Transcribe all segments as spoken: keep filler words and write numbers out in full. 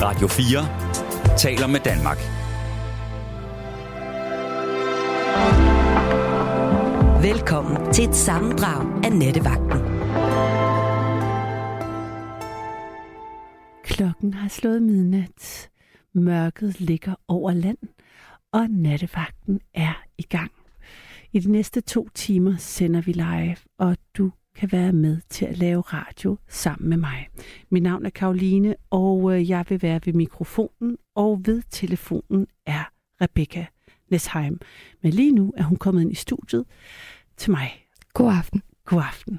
Radio fire taler med Danmark. Velkommen til et sammendrag af Nattevagten. Klokken har slået midnat. Mørket ligger over land, og Nattevagten er i gang. I de næste to timer sender vi live, og du kan være med til at lave radio sammen med mig. Mit navn er Karoline, og jeg vil være ved mikrofonen, og ved telefonen er Rebecca Nesheim. Men lige nu er hun kommet ind i studiet til mig. God aften. God aften.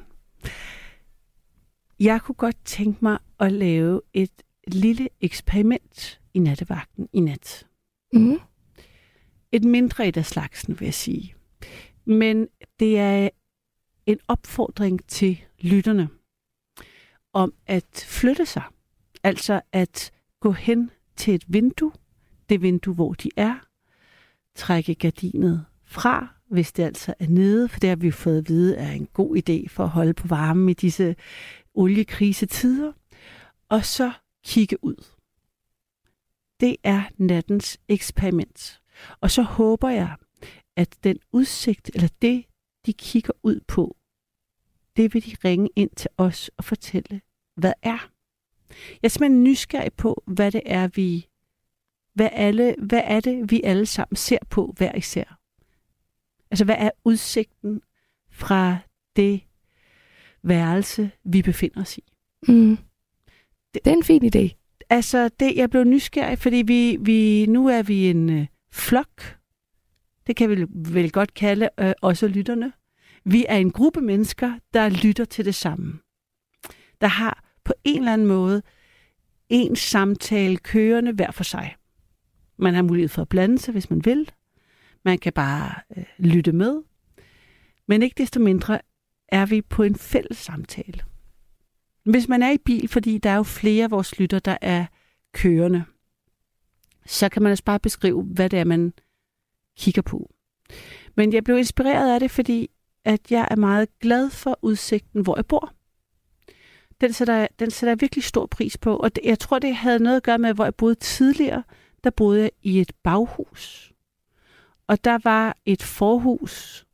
Jeg kunne godt tænke mig at lave et lille eksperiment i Nattevagten i nat. Mm. Et mindre et af slagsen, vil jeg sige. Men det er en opfordring til lytterne om at flytte sig. Altså at gå hen til et vindue, det vindue, hvor de er, trække gardinet fra, hvis det altså er nede, for det har vi fået at vide er en god idé for at holde på varmen i disse oliekrisetider, og så kigge ud. Det er nattens eksperiment. Og så håber jeg, at den udsigt, eller det, de kigger ud på, det vil de ringe ind til os og fortælle, hvad er. Jeg er simpelthen nysgerrig på, hvad det er, vi, hvad, alle, hvad er det, vi alle sammen ser på hver især. Altså, hvad er udsigten fra det værelse, vi befinder os i? Mm. Det, det er en fin idé. Altså, det, jeg blev nysgerrig, fordi vi, vi, nu er vi en øh, flok. Det kan vi vel godt kalde øh, også lytterne. Vi er en gruppe mennesker, der lytter til det samme. Der har på en eller anden måde en samtale kørende hver for sig. Man har mulighed for at blande sig, hvis man vil. Man kan bare øh, lytte med. Men ikke desto mindre er vi på en fælles samtale. Hvis man er i bil, fordi der er jo flere af vores lytter, der er kørende, så kan man også bare beskrive, hvad det er, man kigger på. Men jeg blev inspireret af det, fordi at jeg er meget glad for udsigten, hvor jeg bor. Den sætter, den sætter jeg virkelig stor pris på, og det, jeg tror, det havde noget at gøre med, hvor jeg boede tidligere. Der boede jeg i et baghus, og der var et forhus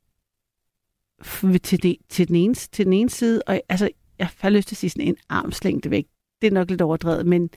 til, det, til, den, ene, til den ene side, og altså, jeg har lyst til at sige sådan en armslængde væk. Det er nok lidt overdrevet, men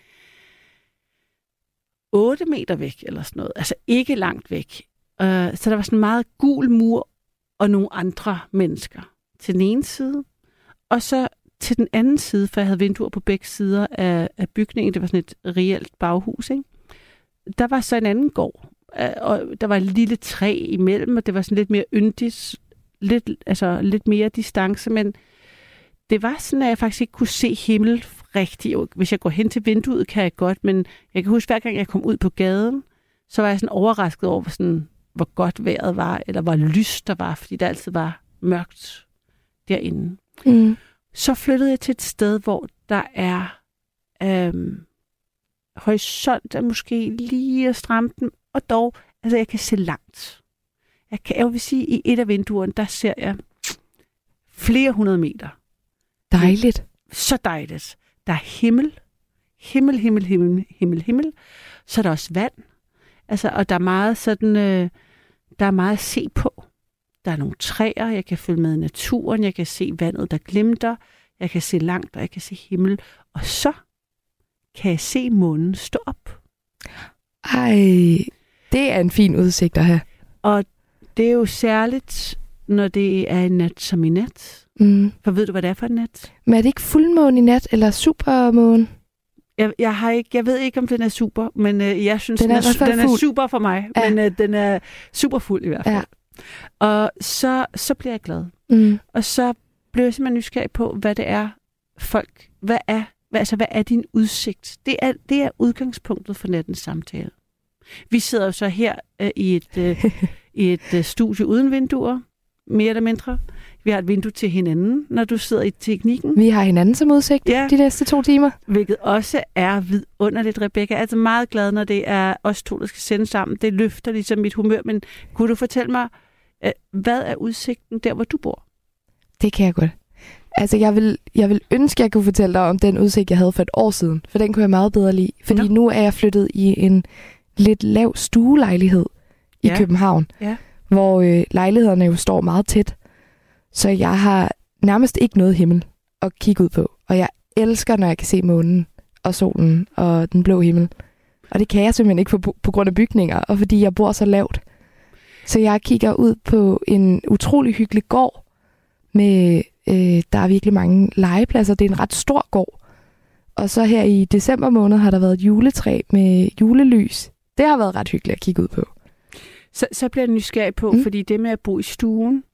otte meter væk, eller sådan noget. Altså ikke langt væk. Uh, så der var sådan en meget gul mur, og nogle andre mennesker til den ene side, og så til den anden side, for jeg havde vinduer på begge sider af, af bygningen. Det var sådan et reelt baghus, ikke? Der var så en anden gård, og der var et lille træ imellem, og det var sådan lidt mere yndigt, lidt, altså lidt mere distance, men det var sådan, at jeg faktisk ikke kunne se himmel rigtigt. Hvis jeg går hen til vinduet, kan jeg godt, men jeg kan huske, hver gang jeg kom ud på gaden, så var jeg sådan overrasket over, sådan, hvor godt vejret var, eller hvor lyst der var, fordi der altid var mørkt derinde. Mm. Så flyttede jeg til et sted, hvor der er øhm, horisont, er måske lige at stramme den, og dog, altså jeg kan se langt. Jeg, kan, jeg vil sige, i et af vinduerne, der ser jeg flere hundrede meter. Dejligt. Så dejligt. Der er himmel. Himmel, himmel, himmel, himmel, himmel. Så er der også vand. Altså, og der er meget sådan, øh, der er meget at se på. Der er nogle træer, jeg kan følge med i naturen, jeg kan se vandet, der glimter, jeg kan se langt, og jeg kan se himmel. Og så kan jeg se månen stå op. Ej, det er en fin udsigt at have. Og det er jo særligt, når det er en nat som i nat. Mm. For ved du, hvad det er for en nat? Men er det ikke fuldmåne i nat, eller supermåne? Jeg, jeg, har ikke, jeg ved ikke, om den er super, men øh, jeg synes, den er, den er, den er super for mig. Ja. Men øh, den er super fuld i hvert fald. Ja. Og så, så bliver jeg glad. Mm. Og så bliver jeg simpelthen nysgerrig på, hvad det er folk... Hvad er, hvad, altså, hvad er din udsigt? Det er, det er udgangspunktet for nattens samtale. Vi sidder jo så her øh, i et, øh, i et øh, studie uden vinduer, mere eller mindre. Vi har et vindue til hinanden, når du sidder i teknikken. Vi har hinanden som udsigt ja. de næste to timer. Hvilket også er vidunderligt, Rebecca. Jeg er altså meget glad, når det er os to, der skal sende sammen. Det løfter ligesom mit humør. Men kunne du fortælle mig, hvad er udsigten der, hvor du bor? Det kan jeg godt. Altså, jeg vil, jeg vil ønske, at jeg kunne fortælle dig om den udsigt, jeg havde for et år siden. For den kunne jeg meget bedre lide. Fordi Nå. nu er jeg flyttet i en lidt lav stuelejlighed i Ja. København. Ja. Hvor øh, lejlighederne jo står meget tæt. Så jeg har nærmest ikke noget himmel at kigge ud på. Og jeg elsker, når jeg kan se månen og solen og den blå himmel. Og det kan jeg simpelthen ikke på, på grund af bygninger, og fordi jeg bor så lavt. Så jeg kigger ud på en utrolig hyggelig gård. Med, øh, der er virkelig mange legepladser. Det er en ret stor gård. Og så her i december måned har der været et juletræ med julelys. Det har været ret hyggeligt at kigge ud på. Så, så bliver jeg nysgerrig på, mm. fordi det med at bo i stuen,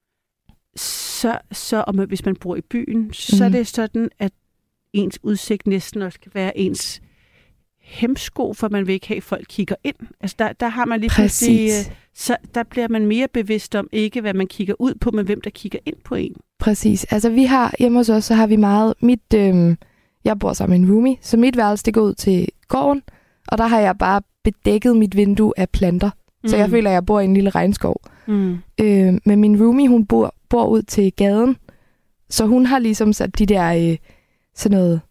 så, så og hvis man bor i byen, så mm. er det sådan, at ens udsigt næsten også kan være ens hemsko, for man vil ikke have, at folk kigger ind. Altså der, der har man lige pludselig, så der bliver man mere bevidst om ikke, hvad man kigger ud på, men hvem der kigger ind på en. Præcis. Altså vi har, hjemme hos os, så har vi meget, mit, øh, jeg bor sammen med en roomie, så mit værelse, det går ud til gården, og der har jeg bare bedækket mit vindue af planter. Mm. Så jeg føler, at jeg bor i en lille regnskov. Mm. Øh, men min roomie, hun bor, bor ud til gaden, så hun har ligesom sat de der, øh, sådan noget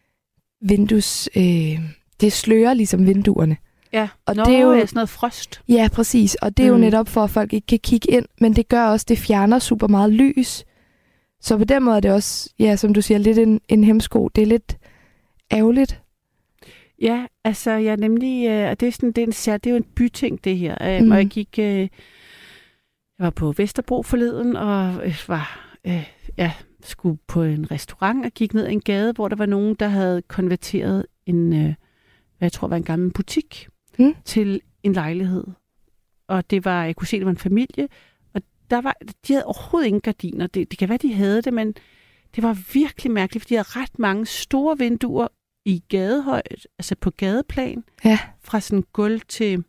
vindues, øh, det slører ligesom vinduerne. Ja, og Nå, det er jo sådan noget frost. Ja, præcis. Og det er mm. jo netop for, at folk ikke kan kigge ind, men det gør også, det fjerner super meget lys. Så på den måde er det også, ja, som du siger, lidt en, en hemsko. Det er lidt ærgerligt. Ja, altså jeg er nemlig, øh, og det er sådan, det er, en, det er jo en byting, det her. Øh, mm. Og jeg gik, øh, jeg var på Vesterbro forleden, og øh, var, øh, ja, skulle på en restaurant og gik ned ad en gade, hvor der var nogen, der havde konverteret en, øh, hvad jeg tror var en gammel butik, mm. til en lejlighed. Og det var, jeg kunne se, det var en familie, og der var, de havde overhovedet ingen gardiner. Det, det kan være, de havde det, men det var virkelig mærkeligt, for de havde ret mange store vinduer i gadehøjde, altså på gadeplan, ja. Fra sådan gulv til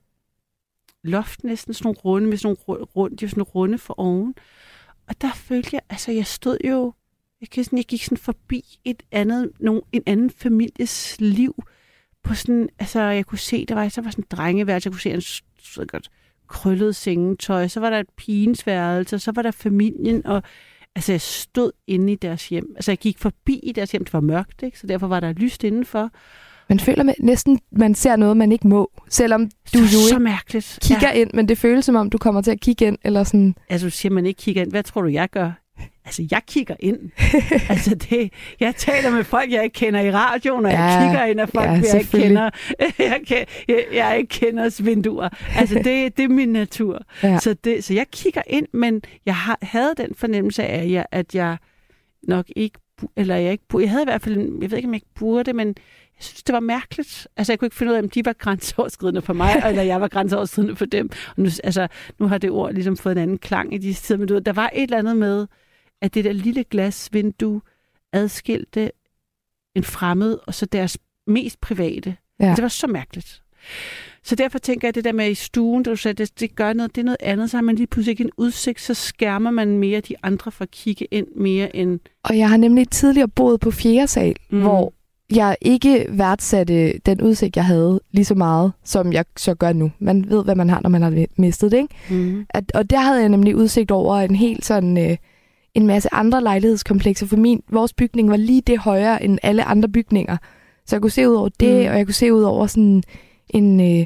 loft næsten, sådan nogle runde, med sådan nogle runde, de var sådan nogle runde for oven. Og der følte jeg, altså jeg stod jo, jeg gik sådan, jeg gik sådan forbi et andet, nogen, en anden families liv, på sådan, altså jeg kunne se, der var, så var sådan en drengeværelse, jeg kunne se en så godt krøllet sengetøj, så var der et pigens værelse, og så var der familien, og altså jeg stod inde i deres hjem. Altså jeg gik forbi i deres hjem, det var mørkt, ikke? Så derfor var der lyst indenfor. Man føler man, næsten, man ser noget, man ikke må, selvom du jo så ikke mærkeligt. kigger ja. ind, men det føles som om, du kommer til at kigge ind, eller sådan. Altså du siger, man ikke kigger ind. Hvad tror du, jeg gør? Altså, jeg kigger ind. altså, det, jeg taler med folk, jeg ikke kender i radioen, og ja, jeg kigger ind af folk, ja, jeg ikke kender. jeg, jeg, jeg ikke kenders vinduer. Altså, det, det er min natur. Ja. Så, det, så jeg kigger ind, men jeg har, havde den fornemmelse af, jeg, at jeg nok ikke, eller jeg ikke, jeg havde i hvert fald, jeg ved ikke, om jeg ikke burde, men jeg synes, det var mærkeligt. Altså, jeg kunne ikke finde ud af, om de var grænseoverskridende for mig, eller jeg var grænseoverskridende for dem. Og nu, altså, nu har det ord ligesom fået en anden klang i de tider, men der var et eller andet med, at det der lille glasvindue adskilte en fremmed, og så deres mest private. Ja. Det var så mærkeligt. Så derfor tænker jeg, at det der med i stuen, der du sagde, det, det gør noget, det er noget andet, så har man lige pludselig ikke en udsigt, så skærmer man mere de andre for at kigge ind mere end... Og jeg har nemlig tidligere boet på fjerde sal, mm. hvor jeg ikke værdsatte den udsigt, jeg havde lige så meget, som jeg så gør nu. Man ved, hvad man har, når man har mistet det, ikke? Mm. At, og der havde jeg nemlig udsigt over en helt sådan... Øh, en masse andre lejlighedskomplekser, for min, vores bygning var lige det højere end alle andre bygninger. Så jeg kunne se ud over det, mm. og jeg kunne se ud over sådan en, øh,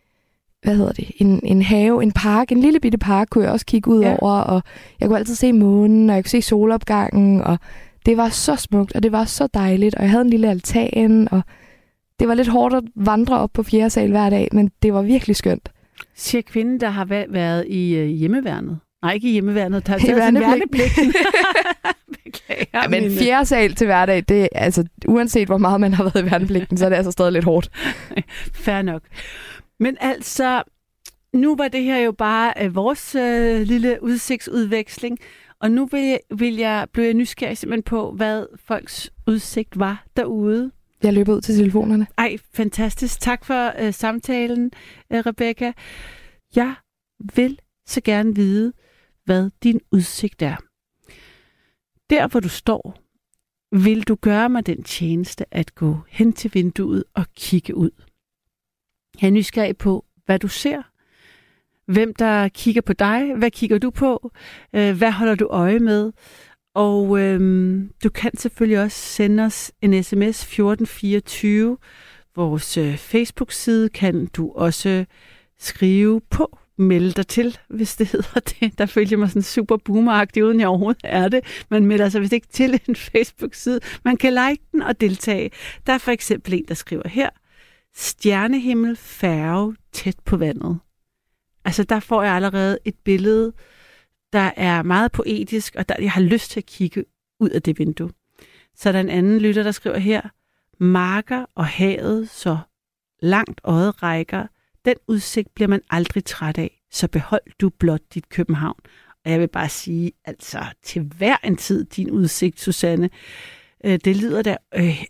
hvad hedder det, en, en have, en park, en lille bitte park kunne jeg også kigge ud ja. over, og jeg kunne altid se månen, og jeg kunne se solopgangen, og det var så smukt, og det var så dejligt, og jeg havde en lille altan, og det var lidt hårdt at vandre op på fjerde sal hver dag, men det var virkelig skønt. Siger kvinden, der har været i øh, hjemmeværnet? Nej, ikke i hjemmeværnet. Der har taget sin værnepligten. Ja, men fjerde sal til hverdag, det er altså, uanset hvor meget man har været i værnepligten, så er det altså stadig lidt hårdt. Fair nok. Men altså, nu var det her jo bare uh, vores uh, lille udsigtsudveksling, og nu vil jeg, vil jeg, blev jeg nysgerrig simpelthen på, hvad folks udsigt var derude. Jeg løber ud til telefonerne. Ej, fantastisk. Tak for uh, samtalen, uh, Rebecca. Jeg vil så gerne vide, hvad din udsigt er. Der, hvor du står, vil du gøre mig den tjeneste at gå hen til vinduet og kigge ud. Jeg er nysgerrig på, hvad du ser. Hvem der kigger på dig? Hvad kigger du på? Hvad holder du øje med? Og øhm, du kan selvfølgelig også sende os en sms fjorten fireogtyve. Vores øh, Facebook-side kan du også skrive på. Melde dig til, hvis det hedder det. Der følger mig sådan super boomeragtig, uden jeg overhovedet er det. Man melder sig vist ikke til en Facebook-side. Man kan like den og deltage. Der er for eksempel en, der skriver her: stjernehimmel, færge, tæt på vandet. Altså, der får jeg allerede et billede, der er meget poetisk, og der, jeg har lyst til at kigge ud af det vindue. Så er der en anden lytter, der skriver her: marker og havet, så langt øjet rækker. Den udsigt bliver man aldrig træt af, så behold du blot dit København. Og jeg vil bare sige, altså til hver en tid din udsigt, Susanne, øh, det lyder da øh,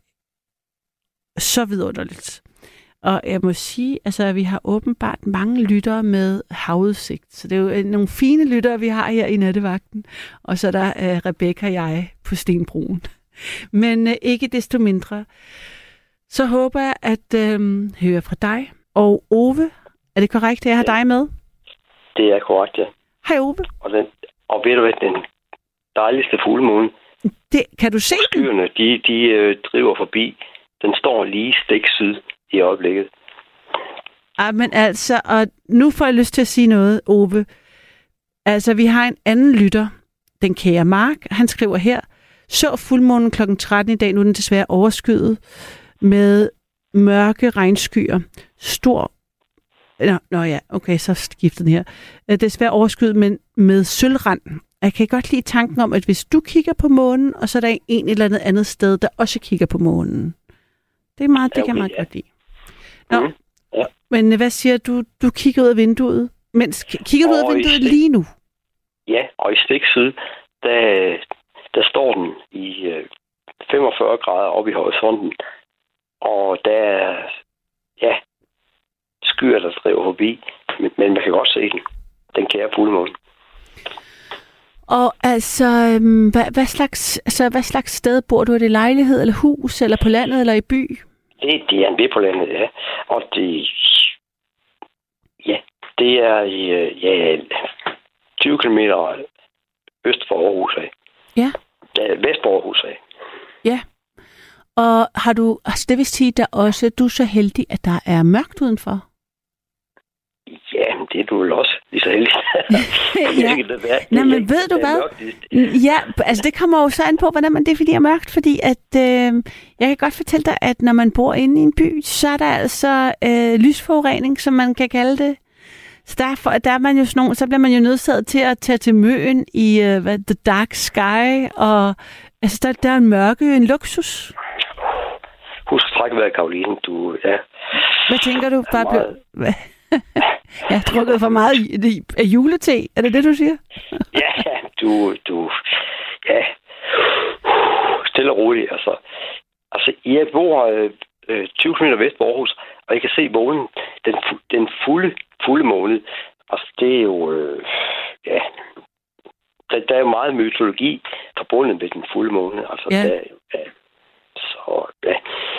så vidunderligt. Og jeg må sige, altså, at vi har åbenbart mange lyttere med havudsigt. Så det er jo øh, nogle fine lyttere, vi har her i nattevagten. Og så er der øh, Rebecca og jeg på Stenbroen. Men øh, ikke desto mindre, så håber jeg at øh, høre fra dig. Og Ove, er det korrekt, at jeg har dig med? Det er korrekt, ja. Hej Ove. Og, den, og ved du hvad, den dejligste fuldmåne. Det, kan du se den? Skyerne, de, de øh, driver forbi. Den står lige stik syd i øjeblikket. Ah, men altså, og nu får jeg lyst til at sige noget, Ove. Altså, vi har en anden lytter, den kære Mark. Han skriver her: så fuldmånen klokken tretten i dag, nu er den desværre overskyet med mørke regnskyer. Stor... Nå, nå ja, okay, så skifter den her. Desværre overskyet, men med sølvrand. Jeg kan godt lide tanken om, at hvis du kigger på månen, og så er der en eller andet andet sted, der også kigger på månen. Det er meget, det okay, kan man ja. godt lide. Nå, mm, ja. Men hvad siger du? Du kigger ud af vinduet. Mens, kigger du ud af vinduet lige nu? Ja, og i stik syd, der, der står den i øh, femogfyrre grader oppe i horisonten. Og der er, ja, skyer, der driver forbi, men, men man kan godt se den. Den kære fuldmåne. Og altså, øhm, hvad, hvad, slags, altså, hvad slags sted bor du? Er det lejlighed, eller hus, eller på landet, eller i by? Det, det er en ved på landet, ja. Og det, ja, det er i, ja, tyve kilometer øst for Aarhus af. Ja. Vest for Aarhus af. Ja. Og har du, altså det vil sige, at der også, du er så heldig, at der er mørkt udenfor? Ja, det er du vel også lige så heldig. ja. Nej, men ved du hvad? Ja, altså det kommer jo så an på, hvordan man definerer mørkt, fordi at, øh, jeg kan godt fortælle dig, at når man bor inde i en by, så er der altså øh, lysforurening, som man kan kalde det. Så derfor, der er man jo sådan nogle, så bliver man jo nødsaget til at tage til Møn i øh, hvad, The Dark Sky, og altså der, der er en mørke, en luksus. Husk at trække vejret, Karoline. Du, ja. Hvad tænker du? Bare blev... Jeg har drukket for meget af julete. Er det det, du siger? ja, du, du, ja, stille og roligt. Altså, altså jeg bor øh, tyve kilometer vest på Aarhus, og jeg kan se månen, den, den fulde, fulde måned. Altså, det er jo, øh, ja, der, der er jo meget mytologi forbundet med den fulde måned. Altså, ja. Der, ja. Så, ja.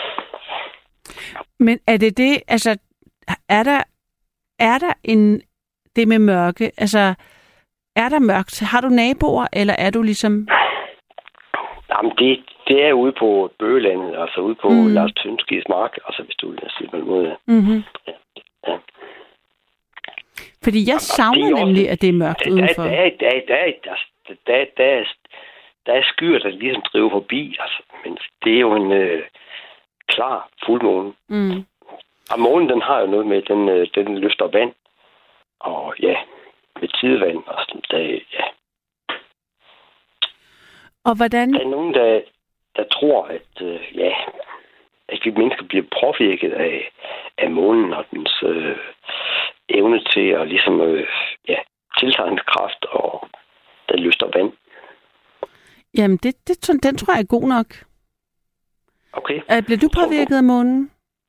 Men er det det, altså, er der Er der en, det med mørke, altså, er der mørkt? Har du naboer, eller er du ligesom... Jamen, det, det er ude på Bøgelandet, altså ude på mm. Lars Tønskis mark, altså hvis du vil sige på en måde. Mm-hmm. Ja, ja. Fordi jeg Jamen, savner også, nemlig, at det er mørkt der, udenfor. Der, der, der, der, der, der, der, der er skyer, der ligesom driver forbi, altså, men det er jo en øh, klar fuldmåne. Mm. Og månen, den har jo noget med, den, den løfter vand. Og ja, med tidevand og sådan, der, ja. Og hvordan... Der er nogen, der, der tror, at, øh, ja, at vi mennesker bliver påvirket af, af månen og dens øh, evne til at ligesom, øh, ja, tiltrækningskraft, og den løfter vand. Jamen, det, det, den tror jeg er god nok. Okay. Er, bliver du påvirket af månen?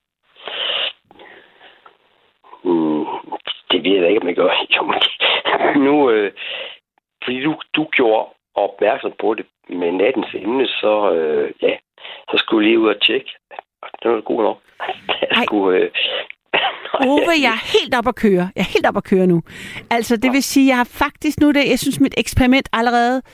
Mm, det ved jeg ikke, om jeg gør. Jo, nu, øh, fordi du, du gjorde opmærksom på det med nattens emne, så, øh, ja, så skulle jeg lige ud og tjekke. Det var god nok. Jeg skulle... Øh, Ove, jeg er helt op at køre. Jeg er helt op at køre nu. Altså, det vil sige, jeg har faktisk nu det, jeg synes, mit eksperiment allerede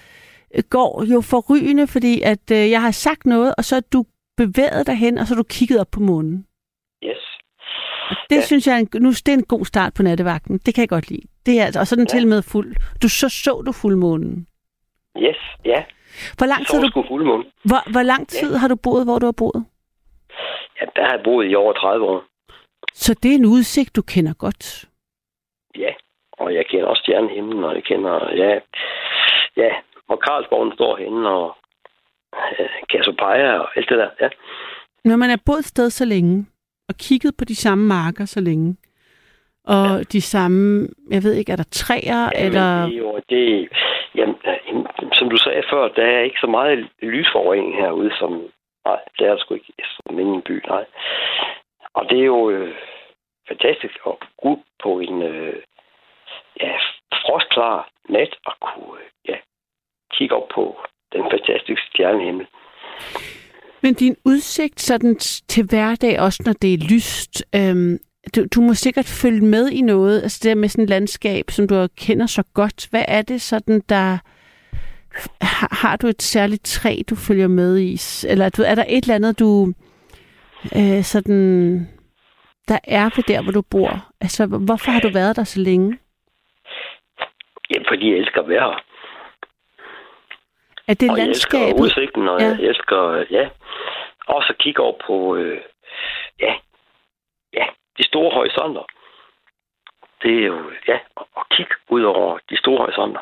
går jo forrygende, fordi at øh, jeg har sagt noget, og så er du bevæget dig hen, og så er du kigget op på månen. Yes. Og det ja. synes jeg, er en, nu det er en god start på nattevagten. Det kan jeg godt lide. Det er altså, og så er den ja. til med fuld. Du, så så du fuldmånen. Yes, ja. Hvor lang tid, du, fuldmånen. hvor, hvor lang tid ja. har du boet, hvor du har boet? Ja, der har jeg boet i over tredive år. Så det er en udsigt, du kender godt? Ja, og jeg kender også stjernehimlen, og jeg kender, ja, ja, hvor Karlsborgen står henne, og øh, Cassiopeia og alt det der, ja. Når man er boet et sted så længe, og kigget på de samme marker så længe, og ja. de samme, jeg ved ikke, er der træer, ja, eller... Det er jo, det, jamen, som du sagde før, der er ikke så meget lysforurening herude, som, nej, det er der sgu ikke som inde i en by, nej. Og det er jo øh, fantastisk at gå ud på en øh, ja, frostklar nat og kunne øh, ja, kigge op på den fantastiske stjernehimmel. Men din udsigt sådan til hverdag, også når det er lyst, øhm, du, du må sikkert følge med i noget, altså det der med sådan et landskab, som du kender så godt. Hvad er det sådan, der... Har, har du et særligt træ, du følger med i? Eller er der et eller andet, du... Øh, sådan, der er ved der, hvor du bor? Altså, hvorfor har du været der så længe? Ja, fordi jeg elsker at være her. Er det og landskabet? Jeg elsker udsigten, og ja. jeg elsker, ja, også at kigge over på, øh, ja, ja, de store horisonter. Det er jo, ja, at kigge ud over de store horisonter.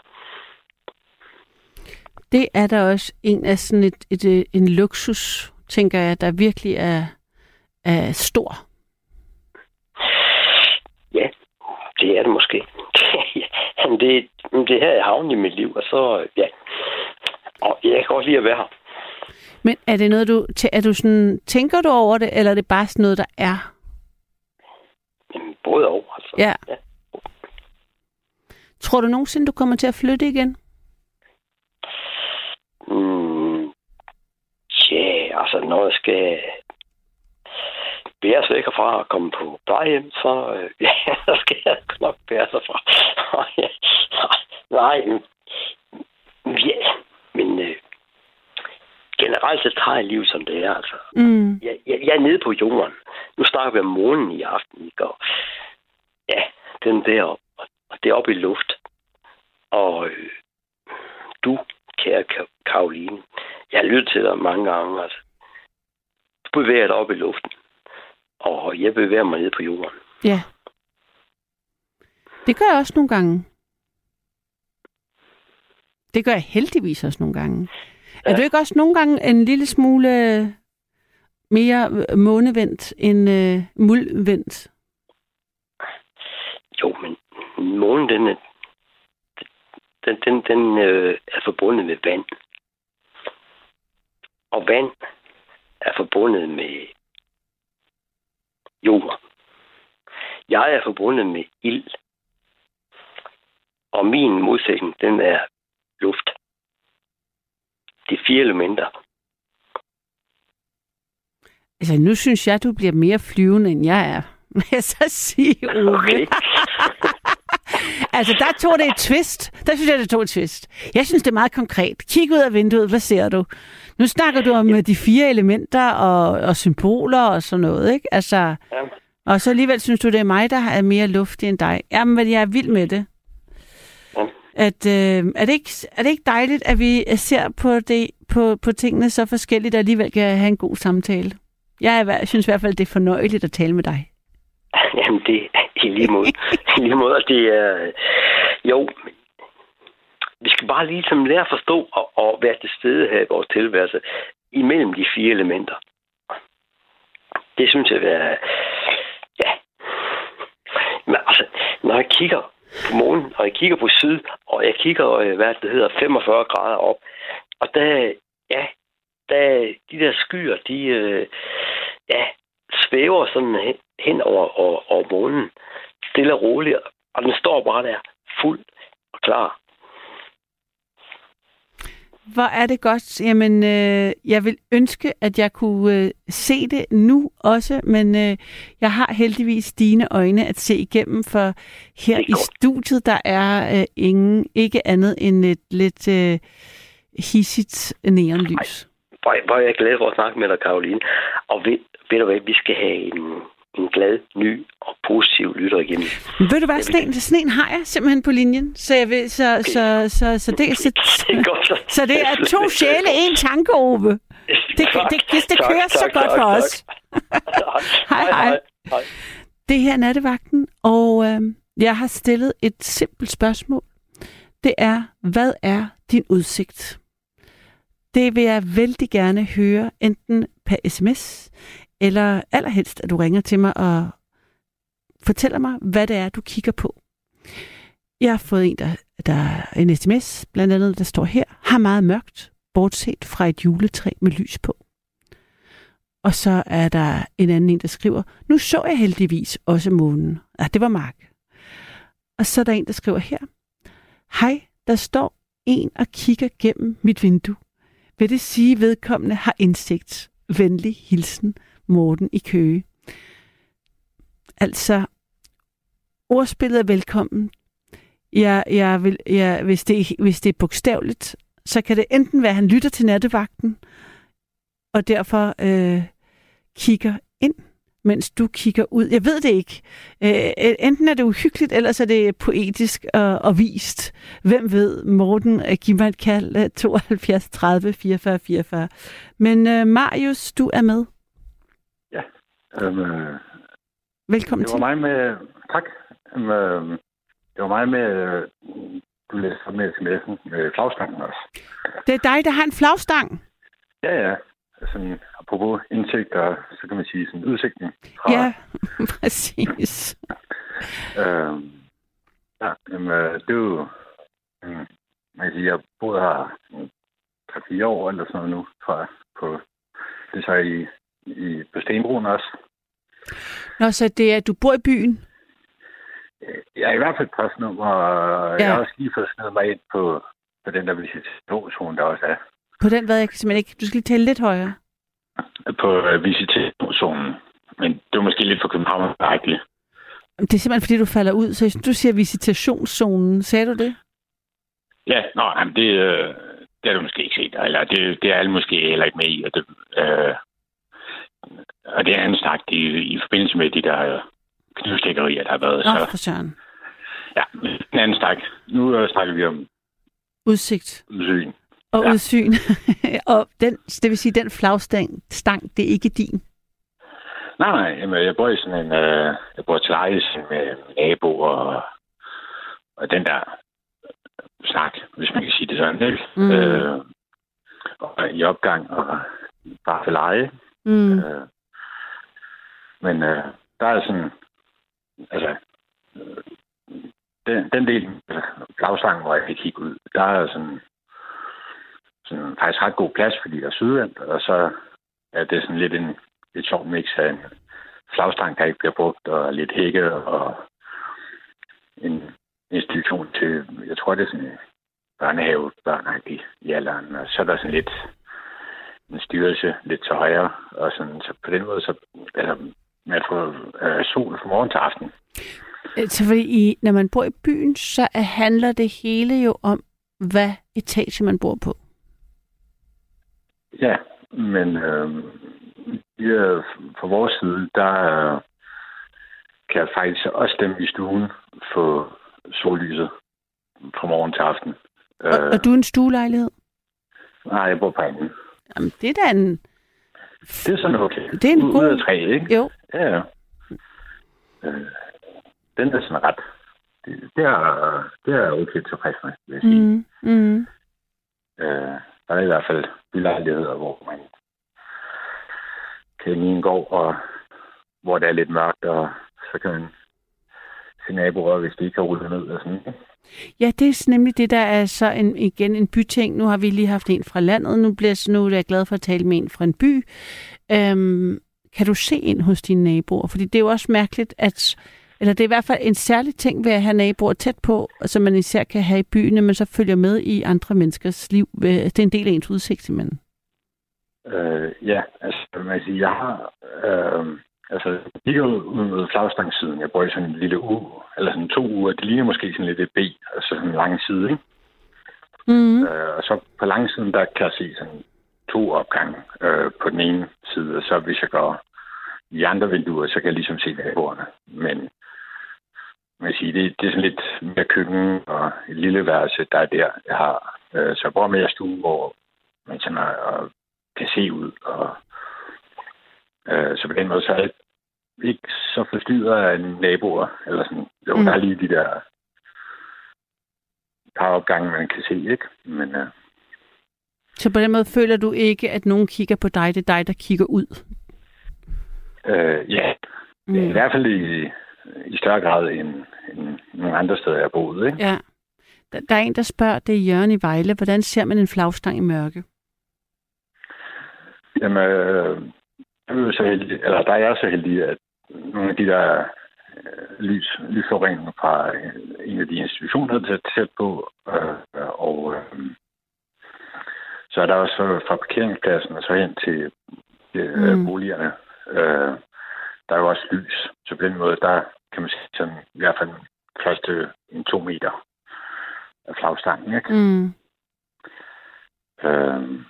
Det er der også en af sådan et, et, et, en luksus, tænker jeg, der virkelig er er stor. Ja, det er det måske. Jamen, det, det her er havnet i mit liv, og så, ja. Og jeg kan godt lide at være her. Men er det noget, du, er du sådan, tænker du over det, eller er det bare sådan noget, der er? Jamen, både og, altså. Ja. ja. Tror du nogensinde, du kommer til at flytte igen? Mm, ja, altså, når jeg skal bæres væk herfra og komme på plejehjem, så, øh, ja, så skal jeg nok bæres herfra. Nej, ja, men øh, generelt så tager jeg liv, som det er, altså. Mm. Jeg, jeg, jeg er nede på jorden. Nu snakker vi om månen i aften, ikke? Og ja, den der, og det er oppe i luft. Og øh, du, kære Karoline, jeg har lyttet til dig mange gange, altså. Du bevæger dig op i luften, og jeg bevæger mig ned på jorden. Ja. Det gør jeg også nogle gange. Det gør jeg heldigvis også nogle gange. Ja. Er du ikke også nogle gange en lille smule mere månevendt end øh, muldvendt? Jo, men månen, den er, den, den, den øh, er forbundet med vand. Og vand er forbundet med jord. Jeg er forbundet med ild. Og min modsætning, den er luft. De fire elementer. Altså, nu synes jeg, du bliver mere flyvende, end jeg er. Vil jeg så sige, Ove. Okay. Altså, der tog det et twist. Der synes jeg, det tog et twist. Jeg synes, det er meget konkret. Kig ud af vinduet. Hvad ser du? Nu snakker du om de fire elementer og, og symboler og sådan noget, ikke? Altså, ja. Og så alligevel synes du, det er mig, der er mere luftig end dig. Jamen, jeg er vild med det. Ja. At, øh, er, det ikke, er det ikke dejligt, at vi ser på, det, på, på tingene så forskelligt, og alligevel kan have en god samtale? Jeg, er, jeg synes i hvert fald, det er fornøjeligt at tale med dig. Jamen, det er i lige måde. I lige måde, det er... Jo, vi skal bare ligesom lære at forstå og, og være til stede her i vores tilværelse imellem de fire elementer. Det synes jeg er... Ja. Men altså, når jeg kigger på månen, og jeg kigger på syd, og jeg kigger, hvad det hedder, femogfyrre grader op, og der, ja, der, de der skyer, de, øh, ja, svæver sådan hen, hen over, over, over månen, stille og roligt, og den står bare der, fuld og klar. Hvor er det godt. Jamen, øh, jeg vil ønske, at jeg kunne øh, se det nu også, men øh, jeg har heldigvis dine øjne at se igennem, for her i studiet, der er øh, ingen, ikke andet end et lidt øh, hissigt neonlys. Hvor, hvor er jeg glad for at snakke med dig, Karoline. Og ved, ved du hvad, vi skal have en, en glad, ny og positiv lytter igennem. Men ved du hvad, sådan en, sådan en har jeg simpelthen på linjen. Så, jeg vil, så, okay. så, så, så, det, så, det er godt, så. så det er to sjæle, en tanke, Ove. Det, det, det, det, det kører tak, så tak, godt tak, for tak. os. hej, hej. hej. Det her er Nattevagten, og øh, jeg har stillet et simpelt spørgsmål. Det er, hvad er din udsigt? Det vil jeg vældig gerne høre, enten per sms, eller allerhelst, at du ringer til mig og fortæller mig, hvad det er, du kigger på. Jeg har fået en, der, der er en sms, blandt andet, der står her, har meget mørkt, bortset fra et juletræ med lys på. Og så er der en anden en, der skriver, nu så jeg heldigvis også månen. Ja, det var Mark. Og så er der en, der skriver her, hej, der står en og kigger gennem mit vindue. Vil det sige, at vedkommende har indsigt? Venlig hilsen, Morten i Køge. Altså, ordspillet er velkommen. Jeg, jeg vil, jeg, hvis, det, hvis det er bogstaveligt, så kan det enten være, at han lytter til Nattevagten, og derfor øh, kigger ind, mens du kigger ud. Jeg ved det ikke. Øh, enten er det uhyggeligt, eller så er det poetisk og, og vist. Hvem ved? Morten, giv mig et kald, tooghalvfjerds tredive fireogfyrre fireogfyrre. Men øh, Marius, du er med. Ja. Øhm, Velkommen til. Det var mig med... Tak. Øhm, det var mig med... Du læste med sms'en med flagstangen også. Det er dig, der har en flagstang? Ja, ja. Sådan, apropos indsigter, så kan man sige sådan udsigten. Fra, ja, præcis. øhm, ja, jamen, det er jo... Um, man kan sige, jeg har boet her tre fire år eller sådan noget nu, tror jeg. På, det er så i, i, på Stenbroen også. Nå, så det er, at du bor i byen? Jeg er i hvert fald postnummer, og ja. Jeg har også lige fået snedet mig ind på, på den der visitationszone, der også er. På den ved jeg simpelthen ikke. Du skal lige tale lidt højere. På uh, visitationszonen. Men det er måske lidt for København, virkelig. Det er simpelthen, fordi du falder ud. Så du siger visitationszonen. Sagde du det? Ja, nå, jamen det, øh, det har du måske ikke set. Eller det, det er alle måske heller ikke med i. Og det, øh, og det er en snak i, i forbindelse med de der knivstikkerier, der har været. Nå, for søren. Ja, en anden snak. Nu øh, snakker vi om udsigt. Udsyn. Og ja. udsyn. Og den, det vil sige, den flagstang, stang, det er ikke din? Nej, nej. Jamen, jeg bor i sådan en... Øh, jeg bor til leje med nabo og, og den der snak, hvis man kan sige det sådan. Ikke? Mm. Øh, og i opgang og bare til leje. Mm. Øh, men øh, der er sådan... Altså... Øh, den, den del af flagstangen, hvor jeg kan kigge ud, der er sådan... sådan faktisk ret god plads, fordi der er sydvendt, og så er det sådan lidt en et sjovt mix af en flagstang, der ikke bliver brugt, og lidt hække, og en institution til, jeg tror, det er sådan en børnehave, børnehage i alderen, og så er der sådan lidt en styrelse lidt til højre, og sådan, så på den måde, så altså, man får øh, sol fra morgen til aften. Så fordi I, når man bor i byen, så handler det hele jo om, hvad etage man bor på. Ja, men øh, ja, fra vores side, der øh, kan jeg faktisk også stemme i stuen få sollyset fra morgen til aften. Og, øh, og du er en stuelejlighed? Nej, jeg bor på anden. Jamen, det er da en... Det er sådan okay. Det er en god... Ud af tre, ikke? Jo. Ja, ja. Øh, den er sådan ret... Det, det, er, det er okay tilfreds med, vil jeg sige. Mm, mm. Øh, der er i hvert fald bylejligheder, hvor man kan ind i en gård, og hvor det er lidt mørkt, og så kan man se naboer, hvis de ikke har rullet ned og sådan. Ja, det er nemlig det, der er så en, igen en byting. Nu har vi lige haft en fra landet. Nu bliver så nu er jeg glad for at tale med en fra en by. Øhm, kan du se ind hos dine naboer? Fordi det er jo også mærkeligt, at eller det er i hvert fald en særlig ting ved at have naboer tæt på, som man især kan have i byen, men så følger med i andre menneskers liv. Det er en del af ens udsigt, simpelthen. Øh, ja, altså man kan sige, jeg har øh, altså jeg kigger ud med flagstangssiden. Jeg bor i sådan en lille uge, eller sådan to uger. Det ligner måske sådan lidt et B, altså sådan en lang side, ikke? Mm. Øh, og så på langsiden, der kan jeg se sådan to opgange øh, på den ene side, og så hvis jeg går i andre vinduer, så kan jeg ligesom se naboerne. Men man siger, det, det er sådan lidt mere køkken og et lille værelse, der er der, jeg har. Øh, så jeg bor mere stue, hvor man sådan er, kan se ud. Og, øh, så på den måde, så er jeg ikke så forstyrret af naboer. Eller sådan. Jo, mm. der er lige de der par opgange, man kan se, ikke? Men, øh, så på den måde føler du ikke, at nogen kigger på dig, det er dig, der kigger ud? Øh, ja, mm. i hvert fald i, i større grad end, end nogle andre steder, jeg har boet, ikke? Ja. Der, der er en, der spørger, det er Jørgen i Vejle, hvordan ser man en flagstang i mørke? Jamen, øh, jeg er så heldig, eller der er jeg så heldig, at nogle af de der øh, lys, lysforureninger fra en af de institutioner, der er tæt på, øh, og øh, så er der også fra parkeringspladsen og så hen til øh, mm. boligerne. Øh, der er jo også lys, så på den måde, der kan man sige sådan, i hvert fald første en to meter af flagstangen, ikke? Mm. Øh,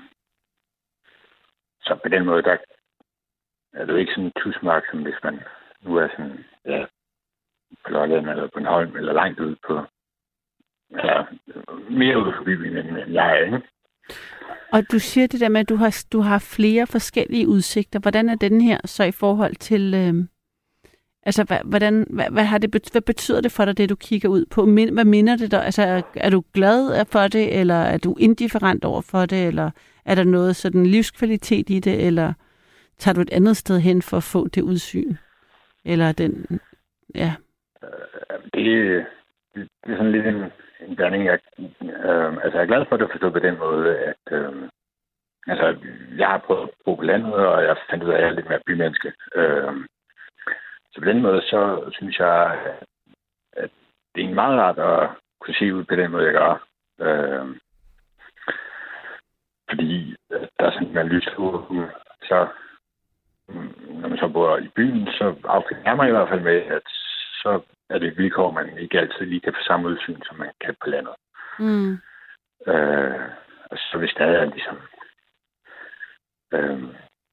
så på den måde, der er det jo ikke sådan en tusmark, som hvis man nu er sådan, ja, på Lolland eller på en Holm, eller langt ude på, eller mere ude på byen, end jeg er, ikke? Og du siger det der med, at du har, du har flere forskellige udsigter. Hvordan er den her så i forhold til... Øh, altså, hvad, hvordan, hvad, hvad, har det, hvad betyder det for dig, det du kigger ud på? Hvad minder det dig? Altså, er, er du glad for det, eller er du indifferent over for det, eller er der noget sådan livskvalitet i det, eller tager du et andet sted hen for at få det udsyn? Eller den... Ja. Det, det er sådan lidt en... en blanding. Jeg, øh, altså, jeg er glad for det, forstået på den måde, at øh, altså, jeg har prøvet at bo på landet, og jeg fandt ud af, at jeg er lidt mere bymenneske. Øh, så på den måde, så synes jeg, at det er meget rart at kunne se ud på den måde, jeg gør. Øh, fordi der er sådan en lys ud, så når man så bor i byen, så affinder jeg mig i hvert fald med, at så er det et vilkår, man ikke altid lige kan få samme udsyn, som man kan på landet. Mm. Øh, og så hvis der er ligesom øh,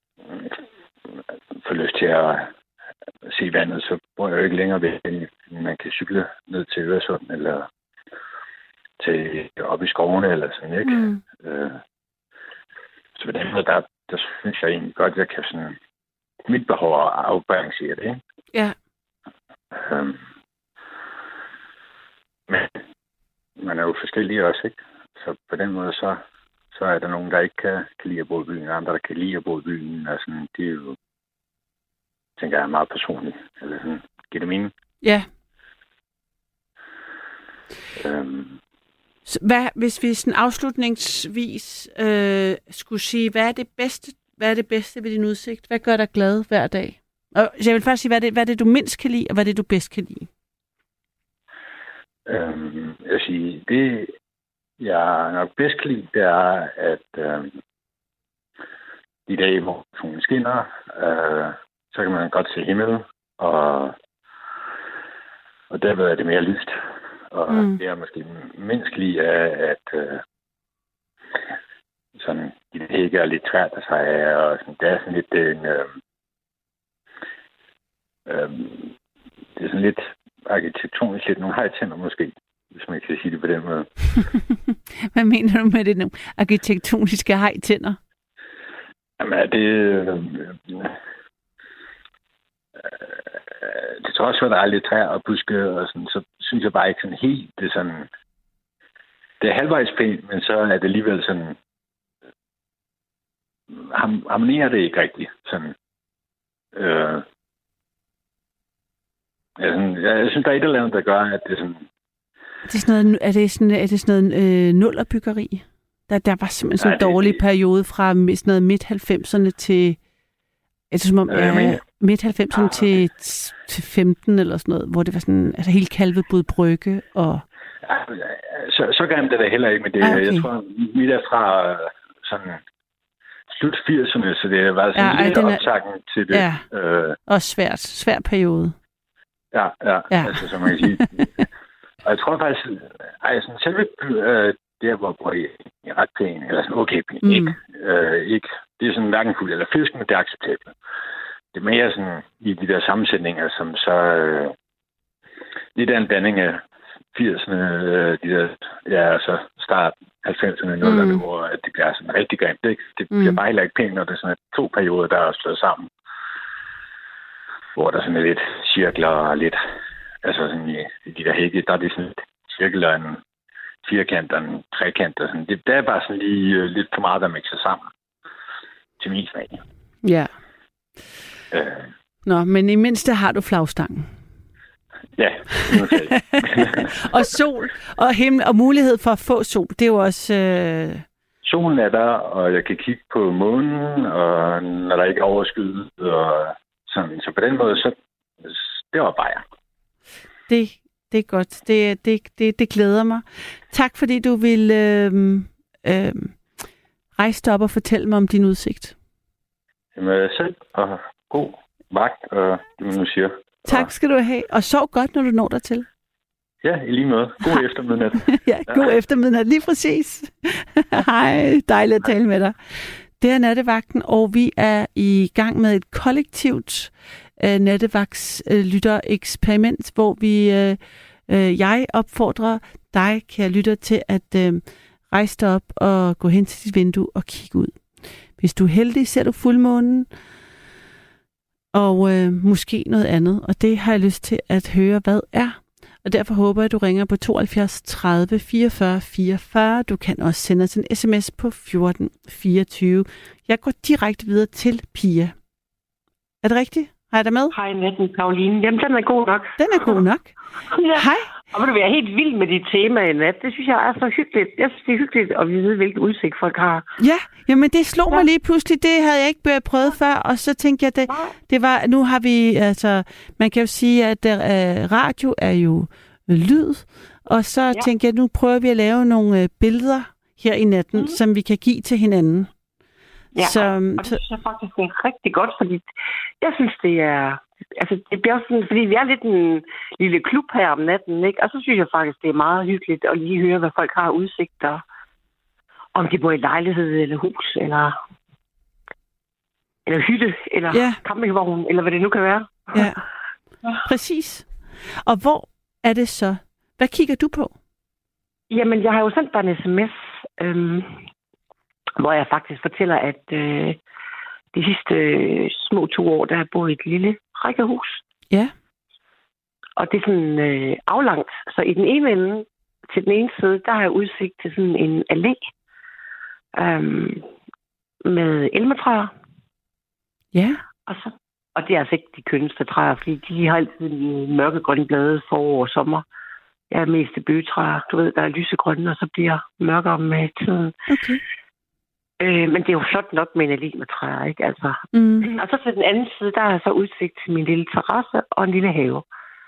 får lyst til at se vandet, så bor jeg jo ikke længere ved, end man kan cykle ned til Øresund, eller til op i skovene, eller sådan, ikke? Mm. Øh, så på den måde, der, der synes jeg egentlig godt, at jeg kan sådan mit behov at afbalancere det, ikke? Ja. Øhm, men man er jo forskellige også, ikke? Så på den måde, så, så er der nogen, der ikke kan, kan lide at bo i byen, og andre, der kan lide at bo i byen, og sådan, det er jo, tænker jeg, er meget personligt. Eller sådan, giver det mening? Ja. Øhm, så hvad, hvis vi sådan afslutningsvis øh, skulle sige, hvad er det bedste, hvad er det bedste ved din udsigt? Hvad gør dig glad hver dag? Og jeg vil først sige, hvad er, det, hvad er det, du mindst kan lide, og hvad er det, du bedst kan lide? Øhm, jeg vil sige, det, jeg nok bedst kan lide, det er, at øhm, de dage, hvor solen skinner, øh, så kan man godt se himmel, og, og derved er det mere lyst. Og mm. det er måske mindst lige af, at øh, sådan, det ikke er lidt træt af sig, og sådan, det er sådan lidt en... Øh, Øhm, det er sådan lidt arkitektonisk, lidt nogle hejtænder måske, hvis man kan sige det på den måde. Hvad mener du med det, nogle arkitektoniske hejtænder? Jamen, det... Øh, øh, det tror også, at der er lidt træer og buske, og sådan, så synes jeg bare ikke sådan helt, det er sådan... Det er halvvejs pænt, men så er det alligevel sådan... Harmonerer det ikke rigtigt, sådan... Øh, Ja, sådan, jeg, jeg synes, der er et eller andet, der gør, at det er sådan... Er det sådan noget, er det sådan, er det sådan noget øh, nullerbyggeri? Der, der var simpelthen sådan en ja, dårlig det, periode fra sådan noget midt halvfemserne til... Er det som om, ja, ja, midt halvfemserne ja, okay. til, til femten eller sådan noget, hvor det var sådan, altså helt kalvet både brygge og... Ja, så, så grimt det da heller ikke med det. Ja, okay. Jeg tror, mit er fra sådan slut firserne, så det har været sådan ja, lidt optakken er... til det. Ja, øh... også svært, svær periode. Ja, ja, ja, altså som man kan sige. Og jeg tror faktisk, ej, sådan selve øh, der hvor jeg bor i, i ret pæn, eller sådan okay pæn, Mm. ikke, øh, ikke, det er sådan hverken fuld eller fisk, men det er acceptabelt. Det er mere sådan i de der sammensætninger, som så øh, lidt af en blanding af firserne, øh, de der, ja, altså start halvfemserne, nullerne, mm. hvor det bliver sådan rigtig grimt. Det, det bliver mm. bare heller ikke pænt, når det er sådan to perioder, der er slået sammen. Hvor der sådan er lidt cirkler og lidt, altså sådan i, i de der hække, der er det sådan et cirkel og en firkant og en trekant og sådan. Det, det er bare sådan lige øh, lidt for meget, der mixer sammen. Til min smag. Ja. Øh, Nå, men i mindste har du flagstangen. ja, Og sol og himmel og mulighed for at få sol. Det er jo også... Øh... Solen er der, og jeg kan kigge på månen, og når der ikke er overskyet, og sådan. Så på den måde, så det var bare jeg. Det, det er godt. Det, det, det, det glæder mig. Tak, fordi du vil øh, øh, rejse dig op og fortælle mig om din udsigt. Jamen selv, og god vagt, og det man nu siger. Tak skal du have, og sov godt, når du når dig til. Ja, i lige måde. God eftermiddag. Ja, god eftermiddag. Lige præcis. Hej, dejligt at tale med dig. Det er Nattevagten, og vi er i gang med et kollektivt uh, nattevagtslytter-eksperiment, hvor vi, uh, uh, jeg opfordrer dig, kære lytter, til at uh, rejse dig op og gå hen til dit vindue og kigge ud. Hvis du er heldig, ser du fuldmånen, og uh, måske noget andet, og det har jeg lyst til at høre, hvad er. Og derfor håber jeg, at du ringer på tooghalvfjerds tredive fireogfyrre fireogfyrre. Du kan også sende os en sms på fjorten fireogtyve. Jeg går direkte videre til Pia. Er det rigtigt? Har jeg dig med? Hej, Natten, Karoline. Jamen, den er god nok. Den er god nok. Ja. Hej. Og vil du være helt vild med dit tema i nat? Det synes jeg er så hyggeligt. Jeg synes, det er hyggeligt at vide, hvilken udsigt folk har. Ja, jamen det slog ja. mig lige pludselig. Det havde jeg ikke prøvet før, og så tænkte jeg, det, det var, nu har vi, altså, man kan jo sige, at uh, radio er jo lyd, og så ja. tænkte jeg, nu prøver vi at lave nogle uh, billeder her i natten, mm. som vi kan give til hinanden. Ja, så, og det synes jeg faktisk er rigtig godt, fordi jeg synes, det er... Altså, det bliver sådan, fordi vi er lidt en lille klub her om natten, ikke? Og så synes jeg faktisk, det er meget hyggeligt at lige høre, hvad folk har udsigter. Om de bor i lejlighed, eller hus, eller, eller hytte, eller ja. campingvogn, eller hvad det nu kan være. Ja, præcis. Og hvor er det så? Hvad kigger du på? Jamen, jeg har jo sendt dig en sms, øhm, hvor jeg faktisk fortæller, at øh, de sidste øh, små to år, der har jeg boet i et lille rækkehus. Ja. Og det er sådan øh, aflangt. Så i den ene ende, til den ene side, der har jeg udsigt til sådan en allé øhm, med elmetræer. Ja. Og, så, og det er altså ikke de kønneste træer, fordi de har altid mørkegrønne blade forår og sommer. Jeg er mest til bøgetræer. Du ved, der er lysegrønne, og så bliver mørkere med tiden. Okay. Øh, men det er jo flot nok med en allé med træer, ikke? Altså. Mm. Og så til den anden side, der er så udsigt til min lille terrasse og en lille have.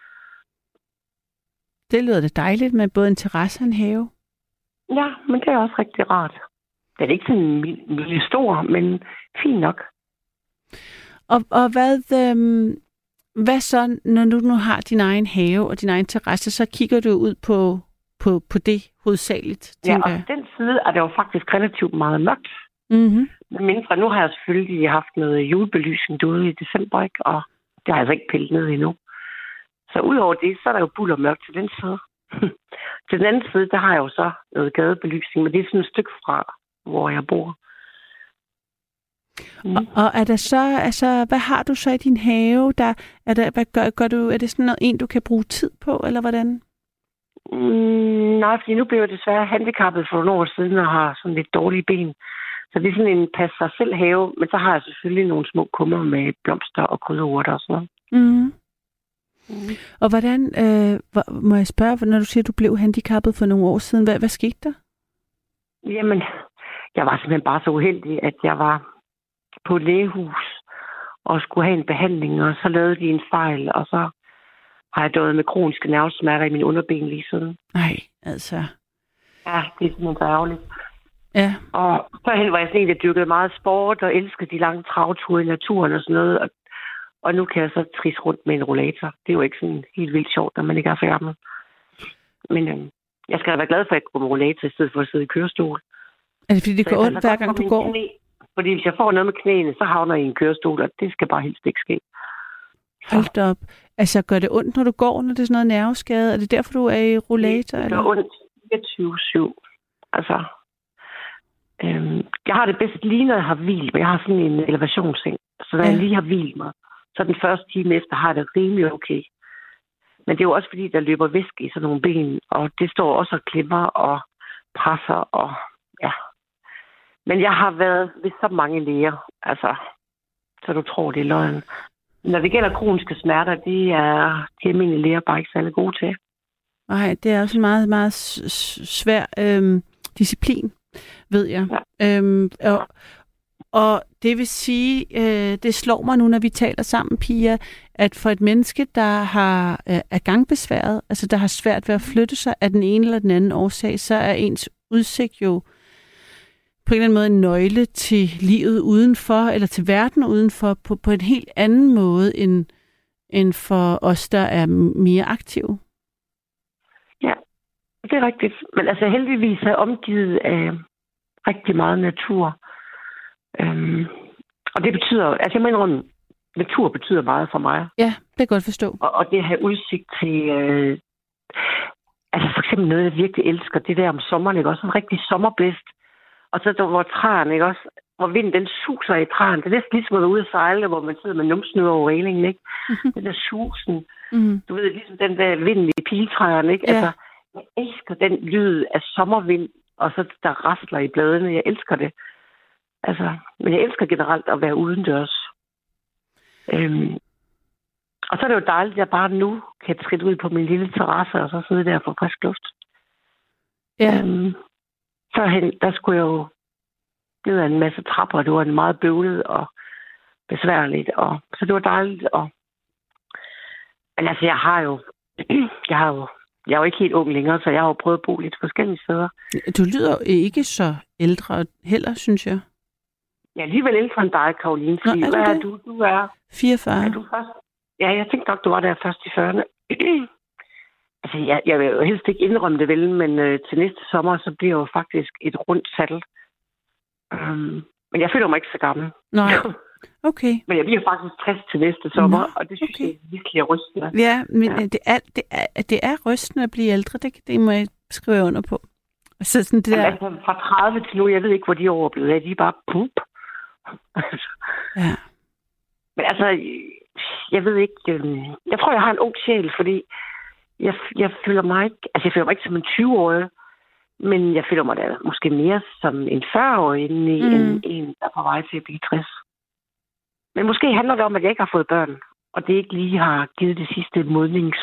Det lyder det dejligt med både en terrasse og en have. Ja, men det er også rigtig rart. Det er ikke sådan en lille stor, men fin nok. Og, og hvad, øhm, hvad så, når du nu har din egen have og din egen terrasse, så kigger du ud på, på, på det hovedsageligt, tænker jeg. Ja, og den side er det jo faktisk relativt meget mørkt. Mm-hmm. Men mindre, nu har jeg selvfølgelig haft noget julebelysning derude i december, ikke? Og det har jeg altså ikke pillet ned endnu. Så udover det, så er der jo bulder mørkt til den side. Til den anden side, der har jeg jo så noget gadebelysning, men det er sådan et stykke fra, hvor jeg bor. Mm. Og, og er der så, altså, hvad har du så i din have? Der, er, der, hvad gør, gør du, er det sådan noget, en, du kan bruge tid på, eller hvordan? Mm, nej, fordi nu blev jeg desværre handicappet for nogle år siden og har sådan lidt dårlige ben. Så det er sådan en pas sig selv have, men så har jeg selvfølgelig nogle små kummer med blomster og krydderurter og sådan noget. Mm. Mm. Og hvordan, øh, må jeg spørge, når du siger, at du blev handicappet for nogle år siden, hvad, hvad skete der? Jamen, jeg var simpelthen bare så uheldig, at jeg var på et lægehus og skulle have en behandling, og så lavede de en fejl, og så har jeg døjet med kroniske nervesmerter i min underben lige siden. Nej, altså. Ja, det er simpelthen så ærgerligt. Ja. Og førhen var jeg sådan en, der dyrkede meget sport og elskede de lange travture i naturen og sådan noget, og Og nu kan jeg så trisse rundt med en rollator. Det er jo ikke sådan helt vildt sjovt, når man ikke er for gammel. Men øhm, Jeg skal da være glad for, at jeg går med rollator i stedet for at sidde i kørestol. Er det fordi, det går ondt, hver gang du går? Knæ, fordi hvis jeg får noget med knæene, så havner jeg i en kørestol, og det skal bare helst ikke ske. Så. Hold da op. Altså, gør det ondt, når du går, når det er sådan noget nerveskade? Er det derfor, du er i rollator? Det gør ondt fireogtyve syv. Altså, øhm, jeg har det bedst lige, når jeg har hvilt, men jeg har sådan en elevationsseng. Så når ja. jeg lige har hvilt mig, så den første time efter har jeg det rimelig okay. Men det er jo også fordi, der løber væske i sådan nogle ben, og det står også og klemmer og presser, og ja. Men jeg har været ved så mange læger, altså, så du tror, det er løgn. Når det gælder kroniske smerter, det er de almindelige læger bare ikke særlig gode til. Nej, det er også en meget, meget svær øhm, disciplin, ved jeg. Ja. Øhm, og, og det vil sige, øh, det slår mig nu, når vi taler sammen, Pia, at for et menneske, der har øh, er gangbesværet, altså der har svært ved at flytte sig af den ene eller den anden årsag, så er ens udsigt jo på en eller anden måde en nøgle til livet udenfor, eller til verden udenfor, på, på en helt anden måde, end, end for os, der er mere aktive. Ja, det er rigtigt. Men altså heldigvis er jeg omgivet af rigtig meget natur. Øhm, og det betyder, altså jeg mener, natur betyder meget for mig. Ja, det kan jeg godt forstå. Og, og det at have udsigt til, øh, altså for eksempel noget, jeg virkelig elsker, det der om sommeren, ikke også? En rigtig sommerblæst. Og så der, hvor træerne, ikke også? Hvor vinden, den suser i træerne. Det er næsten ligesom at være ude at sejle, hvor man sidder med numsnød over reglingen, ikke? Mm-hmm. Den der susen. Mm-hmm. Du ved, ligesom den der vind i piltræerne, ikke? Ja. Altså, jeg elsker den lyd af sommervind, og så der rasler i bladene. Jeg elsker det. Altså, men jeg elsker generelt at være udendørs. Øhm. Og så er det jo dejligt, at jeg bare nu kan træde ud på min lille terrasse, og så sidde der for frisk luft. Ja. Øhm. Førhen, der skulle jeg jo ned ad en masse trapper, og det var en meget bøvlet og besværligt, og så det var dejligt. Og... Men altså, jeg har jo, jeg har jo, jeg er jo ikke helt ung længere, så jeg har jo prøvet at bo lidt forskellige steder. Du lyder ikke så ældre heller, synes jeg. Jeg er alligevel ældre end dig, Karoline. Nå, er hvad er du? Du er... fireogfyrre. Er du først? Ja, jeg tænkte nok, du var der først i fyrrerne. Altså, jeg, jeg vil jo helst ikke indrømme det vel, men øh, til næste sommer, så bliver jeg jo faktisk et rundt saddel. Um, men jeg føler mig ikke så gammel. Nej, okay. Men jeg bliver faktisk tres til næste sommer, Nå, og det synes okay. jeg virkelig er rystende. Ja, men ja. Det, er, det, er, det er rystende at blive ældre, det, det må jeg skrive under på. Så sådan det der... Jamen, altså, fra tredive til nu, jeg ved ikke, hvor de år er blevet af. De er bare pup. Ja. Men altså, jeg ved ikke... Øh, jeg tror, jeg har en ung sjæl, fordi jeg, jeg føler mig ikke... Altså, jeg føler mig ikke som en tyve-årig, men jeg føler mig da måske mere som en fyrre-årig, end mm. en, en, der er på vej til at blive tres. Men måske handler det om, at jeg ikke har fået børn, og det ikke lige har givet det sidste modnings...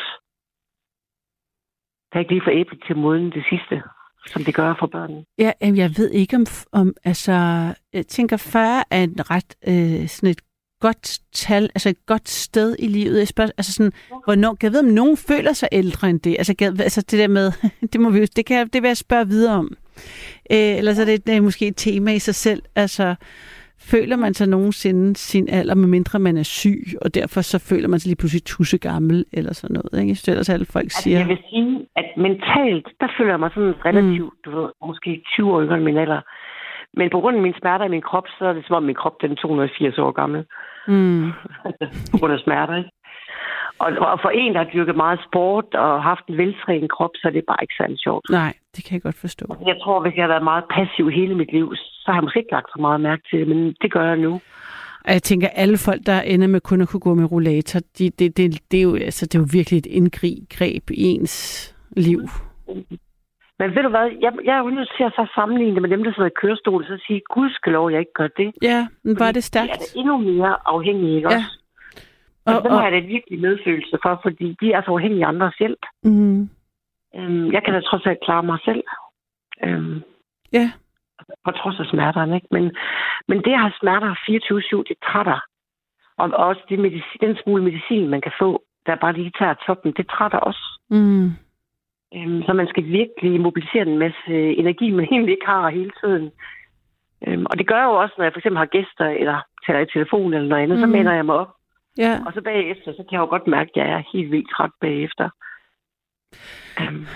Det har ikke lige for æblet til moden det sidste, som det gør for børnene. Ja, jeg ved ikke om... om altså, jeg tænker, fyrre er en ret øh, sådan et godt tal, altså et godt sted i livet. Jeg spørger, altså sådan, hvornår, kan jeg vide, om nogen føler sig ældre end det? Altså, kan, altså det der med, det må vi jo, det kan det vil jeg spørge videre om. Øh, ellers er det, det er måske et tema i sig selv. Altså, føler man sig nogensinde sin alder, medmindre man er syg, og derfor så føler man sig lige pludselig tusse gammel, eller sådan noget, ikke? Jeg synes ellers, alle folk altså, siger... Jeg vil sige, at mentalt, der føler jeg mig sådan relativt, mm. du ved, måske tyve år yngre end min alder. Men på grund af mine smerter i min krop, så er det som om min krop den er to hundrede og firs år gammel. Mm. På grund af smerter, ikke? Og, og for en, der har dyrket meget sport og haft en veltrænet krop, så er det bare ikke særlig sjovt. Nej, det kan jeg godt forstå. Jeg tror, hvis jeg har været meget passiv hele mit liv, så har jeg måske ikke lagt så meget mærke til det, men det gør jeg nu. Og jeg tænker, alle folk, der ender med kun at kunne gå med rollator, de, det, det, det, er jo, altså, det er jo virkelig et indgreb i ens liv. Men ved du hvad, jeg, jeg er jo nødt til at så sammenligne det med dem, der sidder i kørestol, så sige, gudskelov, jeg ikke gør det. Ja, men var det stærkt? De er da endnu mere afhængige, ikke ja. også? Og, og dem har jeg da virkelig medfølelse for, fordi de er så afhængige af andres hjælp. Mm. Øhm, jeg kan da trods alt klare mig selv. Øhm, ja. På trods af smerterne, ikke? Men, men det at have smerter fireogtyve syv, det trætter. Og også det medicin, den smule medicin, man kan få, der bare lige tager toppen, det trætter også. Mm. Øhm, så man skal virkelig mobilisere en masse energi, man egentlig ikke har hele tiden. Øhm, og det gør jeg jo også, når jeg for eksempel har gæster, eller taler i telefon eller noget andet, mm. så mander jeg mig op. Ja. Og så bagefter, så kan jeg jo godt mærke, at jeg er helt vildt træt bagefter. Um.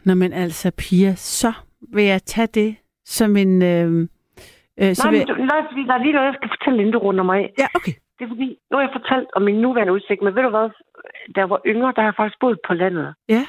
Nå, men altså, Pia, så vil jeg tage det som en... Øh, øh, så nej, vil... men, du- nej, fordi der er lige noget, jeg skal fortælle, inden du runder mig af. Ja, okay. Det er fordi, nu har jeg fortalt om min nuværende udsigt, men ved du hvad, da jeg var yngre, der har jeg faktisk boet på landet. Ja.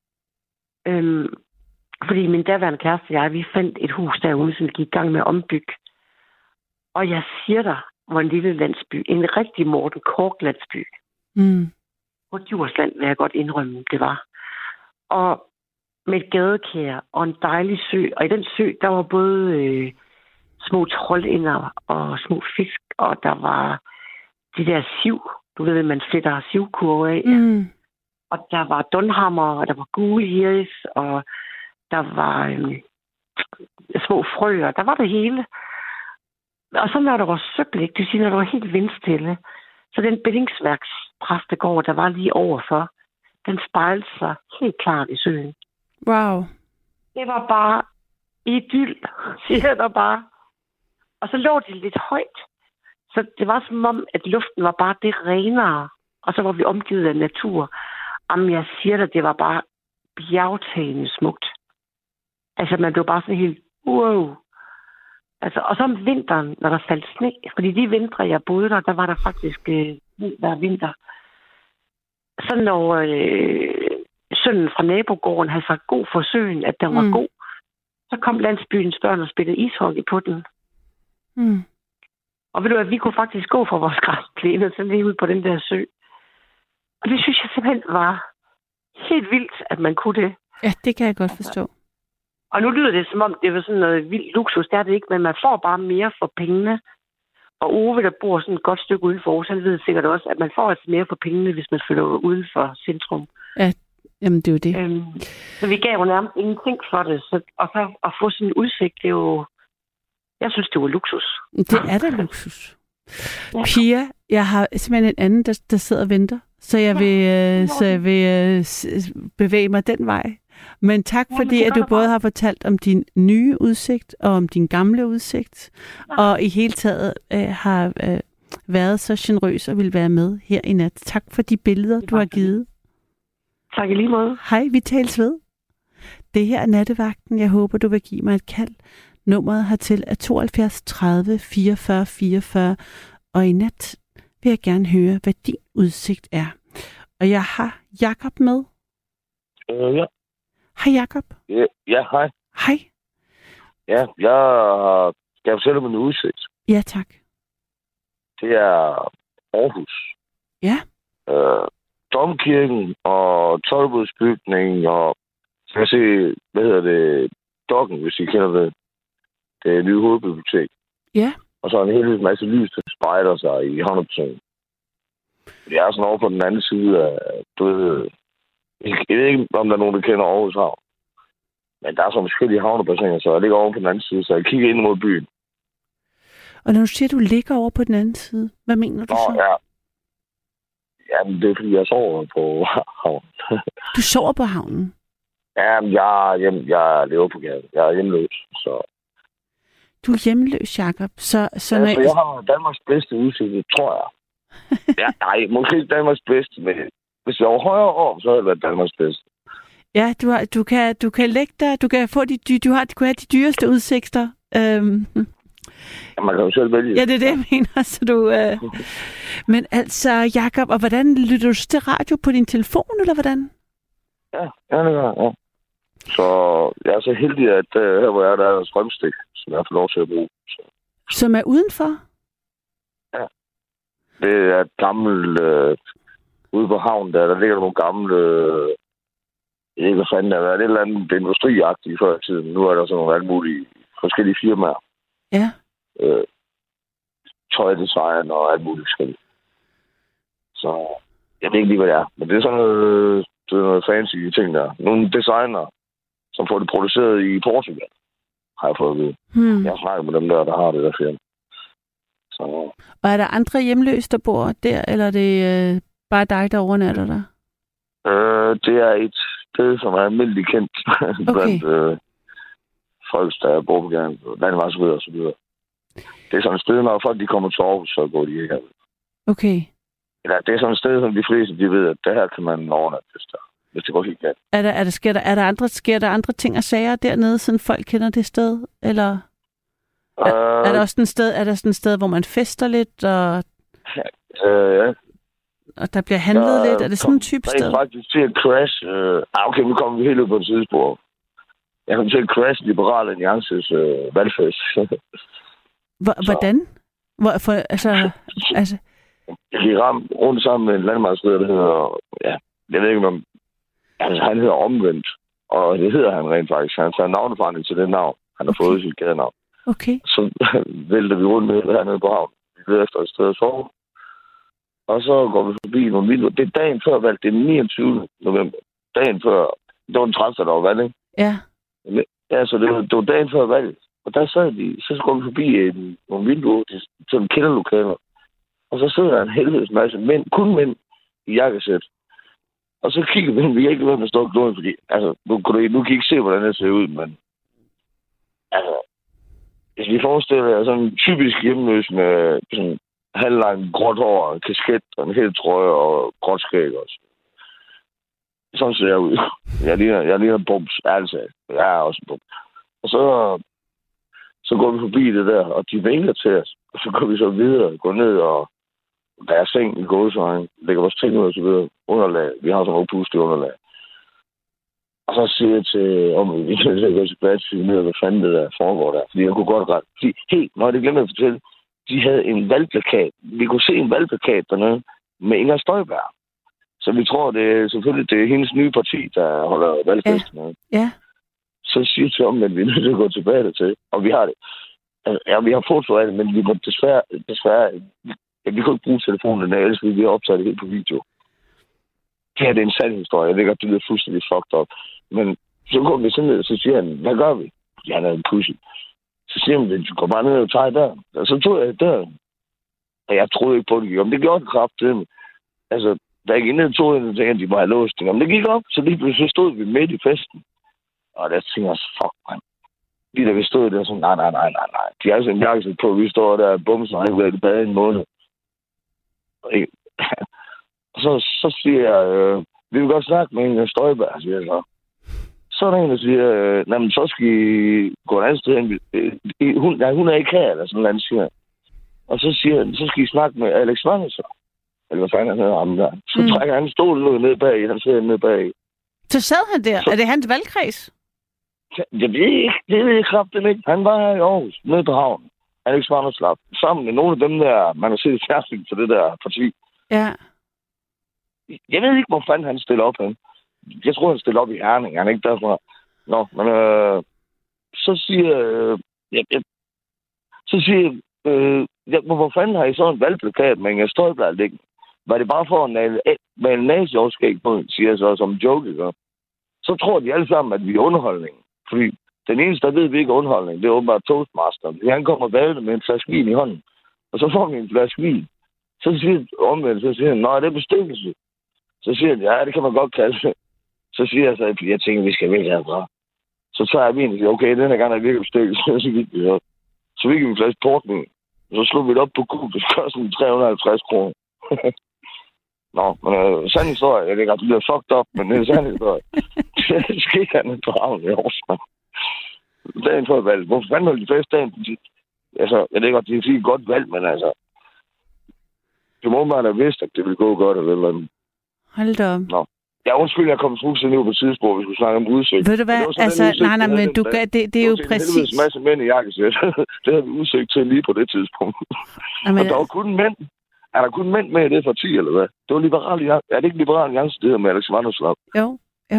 Øhm, fordi min daværende kæreste og jeg, vi fandt et hus derude, som vi gik i gang med at ombygge. Og jeg siger dig, hvor en lille landsby, en rigtig Morten Kork-landsby. Mm. På Djursland vil jeg godt indrømme, det var. Og med et gadekær og en dejlig sø. Og i den sø, der var både øh, små troldinder og små fisk, og der var de der siv, du ved, man fletter sivkurve af. Mm. Og der var dunhammer, og der var gule hirs, og der var øh, små frøer. Der var det hele. Og så når der var søblik, det vil sige, når der var helt vindstille, så den bindingsværkspræstegård, der var lige overfor, den spejlede sig helt klart i søen. Wow. Det var bare idyll, siger der bare. Og så lå det lidt højt. Så det var som om, at luften var bare det renere. Og så var vi omgivet af natur. Jamen, jeg siger dig, det var bare bjergtagende smukt. Altså, man blev bare sådan helt, wow. Altså, og så om vinteren, når der faldt sne, fordi de vintre, jeg boede der, der var der faktisk øh, hver vinter. Så når øh, sønnen fra nabogården havde sagt god for søen, at den var Mm. god, så kom landsbyens børn og spillede ishockey på den. Mm. Og ved du at vi kunne faktisk gå fra vores græsplæne og så lige ud på den der sø. Og det synes jeg simpelthen var helt vildt, at man kunne det. Ja, det kan jeg godt forstå. Og nu lyder det, som om det var sådan noget vildt luksus. Det er det ikke, men man får bare mere for pengene. Og Ove, der bor sådan et godt stykke uden for Aarhus, han ved sikkert også, at man får altså mere for pengene, hvis man flytter uden for centrum. Ja, jamen det er jo det. Øhm, så vi gav jo nærmest ingenting for det. Så, og så at få sådan en udsigt, det er jo... Jeg synes, det var luksus. Det er da luksus. Ja. Pia, jeg har simpelthen en anden, der, der sidder og venter, så jeg vil, øh, så jeg vil øh, s- bevæge mig den vej. Men tak, Ja, men fordi det at gør du du både bare. har fortalt om din nye udsigt og om din gamle udsigt, og i hele taget øh, har øh, været så generøs og vil være med her i nat. Tak for de billeder, Det du var har så givet. Tak i lige måde. Hej, vi tales ved. Det her er Nattevagten. Jeg håber, du vil give mig et kald. Nummeret hertil er tooghalvfjerds tredive fireogfyrre fireogfyrre, og i nat vil jeg gerne høre, hvad din udsigt er. Og jeg har Jakob med. Øh, ja. Hej Jakob. ja. Ja, hej. Hej. Ja, jeg har- skal jeg fortælle om en udsigt. Ja, tak. Det er Aarhus. Ja. Øh, Domkirken og Tolvbodsbygningen og så kan jeg se, hvad hedder det, Dokken, hvis I kender det. Det er nye hovedbibliotek. Ja. Og så en hel masse lys, der spejler sig i havnebassinet. Det er sådan over på den anden side af, du ved, jeg ved ikke, om der er nogen, der kender Aarhus Havn. Men der er så forskellige havnebassiner, så jeg ligger over på den anden side, så jeg kigger ind mod byen. Og når du siger, at du ligger over på den anden side, hvad mener du Nå, så? ja. Jamen, det er fordi, jeg sover på havnen. Du sover på havnen. Jamen, jeg, er hjem, jeg lever på gaden. Jeg er hjemløs, så... Du er hjemløs, Jakob. Så, så når Altså, jeg har Danmarks bedste udsigt, tror jeg. Ja, nej, måske ikke Danmarks bedste, men hvis jeg var højere år, så havde det været Danmarks bedste. Ja, du, har, du, kan, du kan lægge dig, du kan få de, dy- du har, du kan have de dyreste udsigter. Øhm. Ja, man kan jo selv vælge. Ja, det er det, jeg mener. Så du, øh... Men altså, Jakob, og hvordan lytter du til radio på din telefon, eller hvordan? Ja, ja, det gør ja. Så jeg er så heldig, at uh, her hvor jeg er, der er en strømstik, som jeg får lov til at bruge. Så. Som er udenfor? Ja. Det er et gammelt... Uh, ude på havnen, der, der ligger nogle gamle... Uh, jeg ved ikke, hvad fanden der er. Det er et eller andet industriagtigt før i tiden. Nu er der sådan nogle alle mulige forskellige firmaer. Ja. Uh, tøjdesign og alt muligt forskelligt. Så jeg ved ikke lige, hvad det er. Men det er sådan noget, det er noget fancy ting der. Nogle designer, som får det produceret i Portugal, har jeg fået at vide. Hmm. Jeg har snakket med dem der, der har det der firma. Så, Og er der andre hjemløse, der bor der, eller er det øh, bare dig, der overnatter der? øh, det er et sted, som er almindeligt kendt okay. blandt øh, folk, der bor på gaden, landevejsrydder og så videre. Det er sådan et sted, når folk de kommer til Aarhus, så går de ikke her. Okay. Eller det er sådan et sted, som de fleste de ved, at det her kan man overnatte, hvis der. hvis det går helt galt. Er der, er der, sker, der, er der andre, sker der andre ting og sager dernede, sådan folk kender det sted? Eller er, Uh, er der også et sted, er der sådan et sted, hvor man fester lidt, og, uh, ja. og der bliver handlet Uh, lidt? Er det sådan en type sted? Jeg kom faktisk til at crash. Uh, okay, nu kommer vi helt ud på et sidespor. Jeg kom til at crash Liberal Alliances uh, valgfest. Hvor, hvordan? Hvor, for, altså, altså... Jeg gik ramt rundt sammen med en landmandsridder, der hedder... Ja, jeg ved ikke, om... Altså, han hedder Omvendt. Og det hedder han rent faktisk. Han tager navneforandring til det navn. Han har okay. fået sit gadenavn. Okay. Så vælter vi rundt med hernede på havnen. Vi ved efter et sted at sove. Og så går vi forbi nogle videoer. Det er dagen før valg. Det er den niogtyvende november. Dagen før... Det var den tredivte der var valg, ikke? Ja. Ja, så det var, det var dagen før valget. Og der sad de... Så går vi forbi en, nogle vinduer til sådan kælderlokaler. Og så sidder der en helvedes masse mænd. Kun mænd i jakkesæt. Og så kigger vi ind. Vi kan ikke være med at stå kloden, fordi... Altså, nu, nu kan I ikke se, hvordan det ser ud, men... Altså... Hvis vi forestiller jer sådan en typisk hjemløs med sådan halvlang gråt hår, en kasket og en hel trøje og gråt skæg også. Sådan ser jeg ud. Jeg ligner, jeg ligner bums, altså. Jeg er også en bums. Og så, så går vi forbi det der, og de vinker til os. Og så går vi så videre, går ned, og der er seng i gåsøjne, lægger vores ting ud og så videre. Underlag. Vi har sådan noget pustigt underlag. Og så siger jeg til, om vi kan gå tilbage til finde ud af, hvad fanden det der foregår der. Fordi jeg kunne godt ret. Fordi helt, når det glemte at fortælle, de havde en valgplakat. Vi kunne se en valgplakat dernede med Inger Støjberg. Så vi tror, det er selvfølgelig det er hendes nye parti, der holder valgfest med. Ja. ja. Så siger jeg til om, at vi er nødt til at gå tilbage dertil. Og vi har det. Ja, vi har foto af det, men vi må desværre, desværre ja, vi kunne ikke bruge telefonen, ellers vi har optaget det helt på video. Det her det er en sand historie. Jeg ved godt, det lyder fuldstændig fucked up. Men så går vi sådan ned, og så siger han, hvad gør vi? Ja, han er en pussy. Så siger han, du går bare ned og tager døren. Og så tog jeg døren. Og jeg troede ikke på, det gik om. Det gjorde det kraftigt. Altså, da jeg gik ned og tog den, så tænkte jeg, de bare havde låst den. Om det gik op, så lige pludselig så stod vi midt i festen. Og der tænkte jeg, fuck, man. Lige da vi stod der, så nej, nej, nej, nej, nej. De har sådan en jakke på, vi står der og bumser, og har ikke været i bad i en måned. Og så, så siger jeg, øh, vi vil godt snakke med Inger Støjberg, siger jeg så. Så er der en, der siger, øh, nej, men så skal I gå et andet sted hen. Øh, hun, nej, hun er ikke her, eller sådan noget, siger. Og så siger han, så skal I snakke med Alex Vanessa. Eller hvad fanden han hedder ham der. Så mm. trækker han stolen ned bag, han sidder ned bag. Så sad han der? Så, er det hans valgkreds? Jeg ved ikke, det ved jeg kraftigt ikke. Han var her i Aarhus, nede på havnen. Alex Vanessa, sammen med nogle af dem der, man har set i fjernsyn for det der parti. Ja. Jeg ved ikke, hvor fanden han stiller op hen. Jeg tror, han stiller op i Herning. Han er ikke derfra. Nå, men øh, så siger øh, jeg, jeg, så siger øh, jeg, hvor fanden har I så en valgplakat med Inger Støjberg liggende? Var det bare for at male, male nazi-overskæg på, siger jeg så som joke, ikke? Så tror de alle sammen, at vi er underholdning. Fordi den eneste, der ved, vi ikke er underholdning, det er åbenbart Toastmaster. Han kommer valgte med en flaske vin i hånden. Og så får vi en flaske vin. Så siger omvendt, så siger han, nej, det er bestikkelse. Så siger han, ja, det kan man godt kalde det. Så siger jeg så, at jeg tænker, vi skal væk herfra. Så tager jeg vin og siger, okay, den her gang er virkelig bestikkelse. Så gik vi op. Så fik vi en flaske portvin. Og så slog vi det op på Google. Det koster sådan tre hundrede og halvtreds kroner. Nå, men øh, sand historie. Jeg ved godt, det bliver fucked up, men det er sand historie. Det skete han på havnen i Aarhus. Dagen før valg. Hvorfor fanden holdt de fest dagen? Altså, jeg ved godt, det er et godt valg, men altså... Det må man have vidst, at det ville gå godt, eller noget. Hold da op. Nå. Ja, undskyld, jeg kom fuldstændig ud på tidsspor, vi skulle snakke om udsigt. Ved du hvad? Altså, udsigt, nej, nej, men du gør, det, det er jo præcis... Det var en masse mænd i jakkesæt. Det havde vi udsigt til lige på det tidspunkt. Jamen, og der var kun mænd. Er der kun mænd med i det parti, eller hvad? Det var liberal, er det ikke liberal alliance, det her med Alex Vanessa? Jo, jo.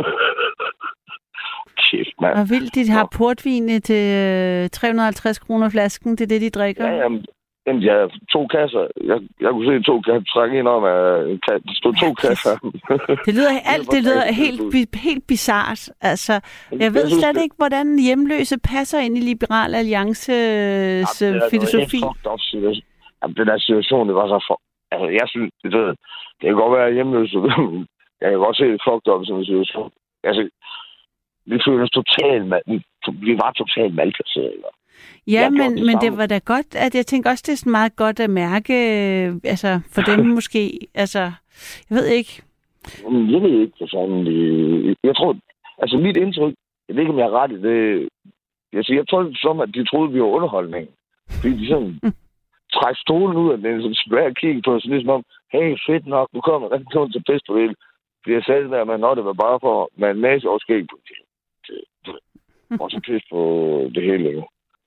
Kæft, mand. Og vildt, de har portvine til tre hundrede og halvtreds kroner flasken, det er det, de drikker? Ja, jamen, jamen ja, to kasser. Jeg, jeg kunne se to kasser, trække ind om, at der stod to kasser. Det lyder, alt det lyder helt, helt bizart. Altså, jeg ved slet ikke, hvordan hjemløse passer ind i Liberal Alliances ja, filosofi. Jamen, den der situation, det var så for... Altså, jeg synes, det, det, det kan godt være hjemløse. Jeg kan godt se det fucked up sådan en situation. Altså, vi følte os totalt... Vi var totalt malplaceret. Ja, men, det men det var da godt, at jeg tænker også, det er sådan meget godt at mærke, altså for dem måske, altså, jeg ved ikke, Jeg ved ikke, sådan. Jeg tror, altså mit indtryk, jeg ved ikke, om jeg har ret i det. Jeg siger, jeg tror det som, at de troede, vi var underholdning. Fordi de sådan træk stolen ud af den, så tilbage og kigge på os, ligesom om, hey, fedt nok, nu kommer der kommer til fest på det. Fordi jeg sagde det der, at når det var bare for, med en masse overskæg på det. Og så pisse på det hele, ikke?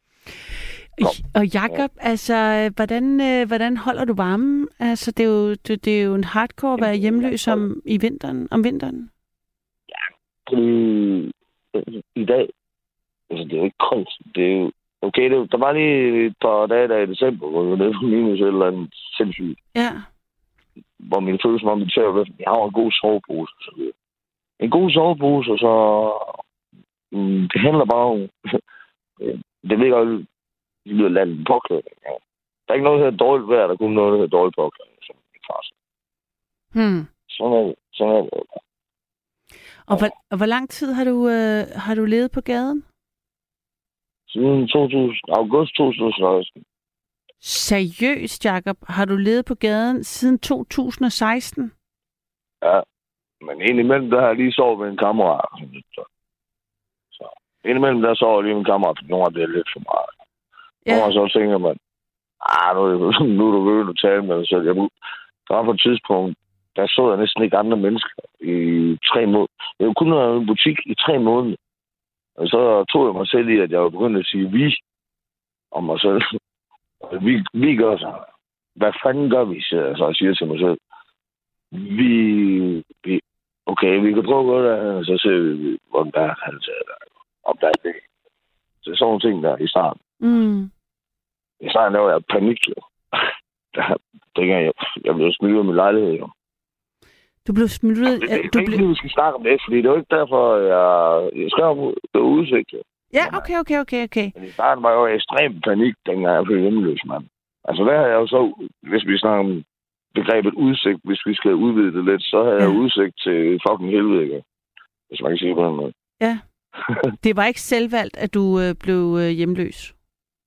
Og Jakob, altså, hvordan, øh, hvordan holder du varmen? Altså, det er jo, det, det er jo en hardcore at være hjemløs om, i vinteren, om vinteren. Ja, fordi i dag, altså, det er jo ikke koldt. Det er jo, okay, det, der var lige et par dage der i december, hvor vi var nede på minus et eller andet sindssygt. Ja. Hvor min følelse var, at jeg har en god sovepose. Så det, en god sovepose, og så mm, det handler bare om, det ved jeg jo, det lyder landet påklædning. Ja. Der er ikke noget, der hedder dårligt vejr, der er kun noget, der hedder dårligt påklædning, som min far siger. Hmm. Sådan er det. Sådan er det. Og, hvor, og hvor lang tid har du, øh, har du levet på gaden? Siden to tusind, august to tusind og seksten. Seriøst, Jakob? Har du levet på gaden siden to tusind og seksten? Ja, men indimellem, der har jeg lige sovet med en kammerat. Så indimellem, der sover jeg lige med en kammerat, for nogle af det er lidt for meget. Ja. Nogle af så tænker man, ah, nu, nu er du begyndt at tale med dig selv. Jeg, der var på et tidspunkt, der så jeg næsten ikke andre mennesker i tre måneder. Jeg kunne kun have en butik i tre måneder. Og så tog jeg mig selv i, at jeg var begyndt at sige vi om mig selv. Vi, vi gør så. Hvad fanden gør vi, så jeg siger til mig selv. Vi, vi okay, vi kan prøve at gøre det, og så ser vi, hvordan der er, han tager der. Om der er det. Så sådan nogle ting der i starten. Mm. I starten laver jeg panik, jo. Der, jeg, jeg blev smidt ud af min lejlighed, jo. Du blev smidt ud af... Det er du ikke, blev... vi skal snakke om det, fordi det er jo ikke derfor, jeg, jeg skrev om det udsigt, jo. Ja, okay, okay, okay, okay. Men i starten var jeg jo ekstrem panik, dengang jeg blev hjemmeløs, mand. Altså, hvad har jeg jo så, hvis vi snakker om begrebet udsigt, hvis vi skal udvide det lidt, så havde ja. jeg udsigt til fucking helvede, ikke? Hvis man kan sige på den måde. Ja. Det var ikke selvvalgt, at du øh, blev øh, hjemløs?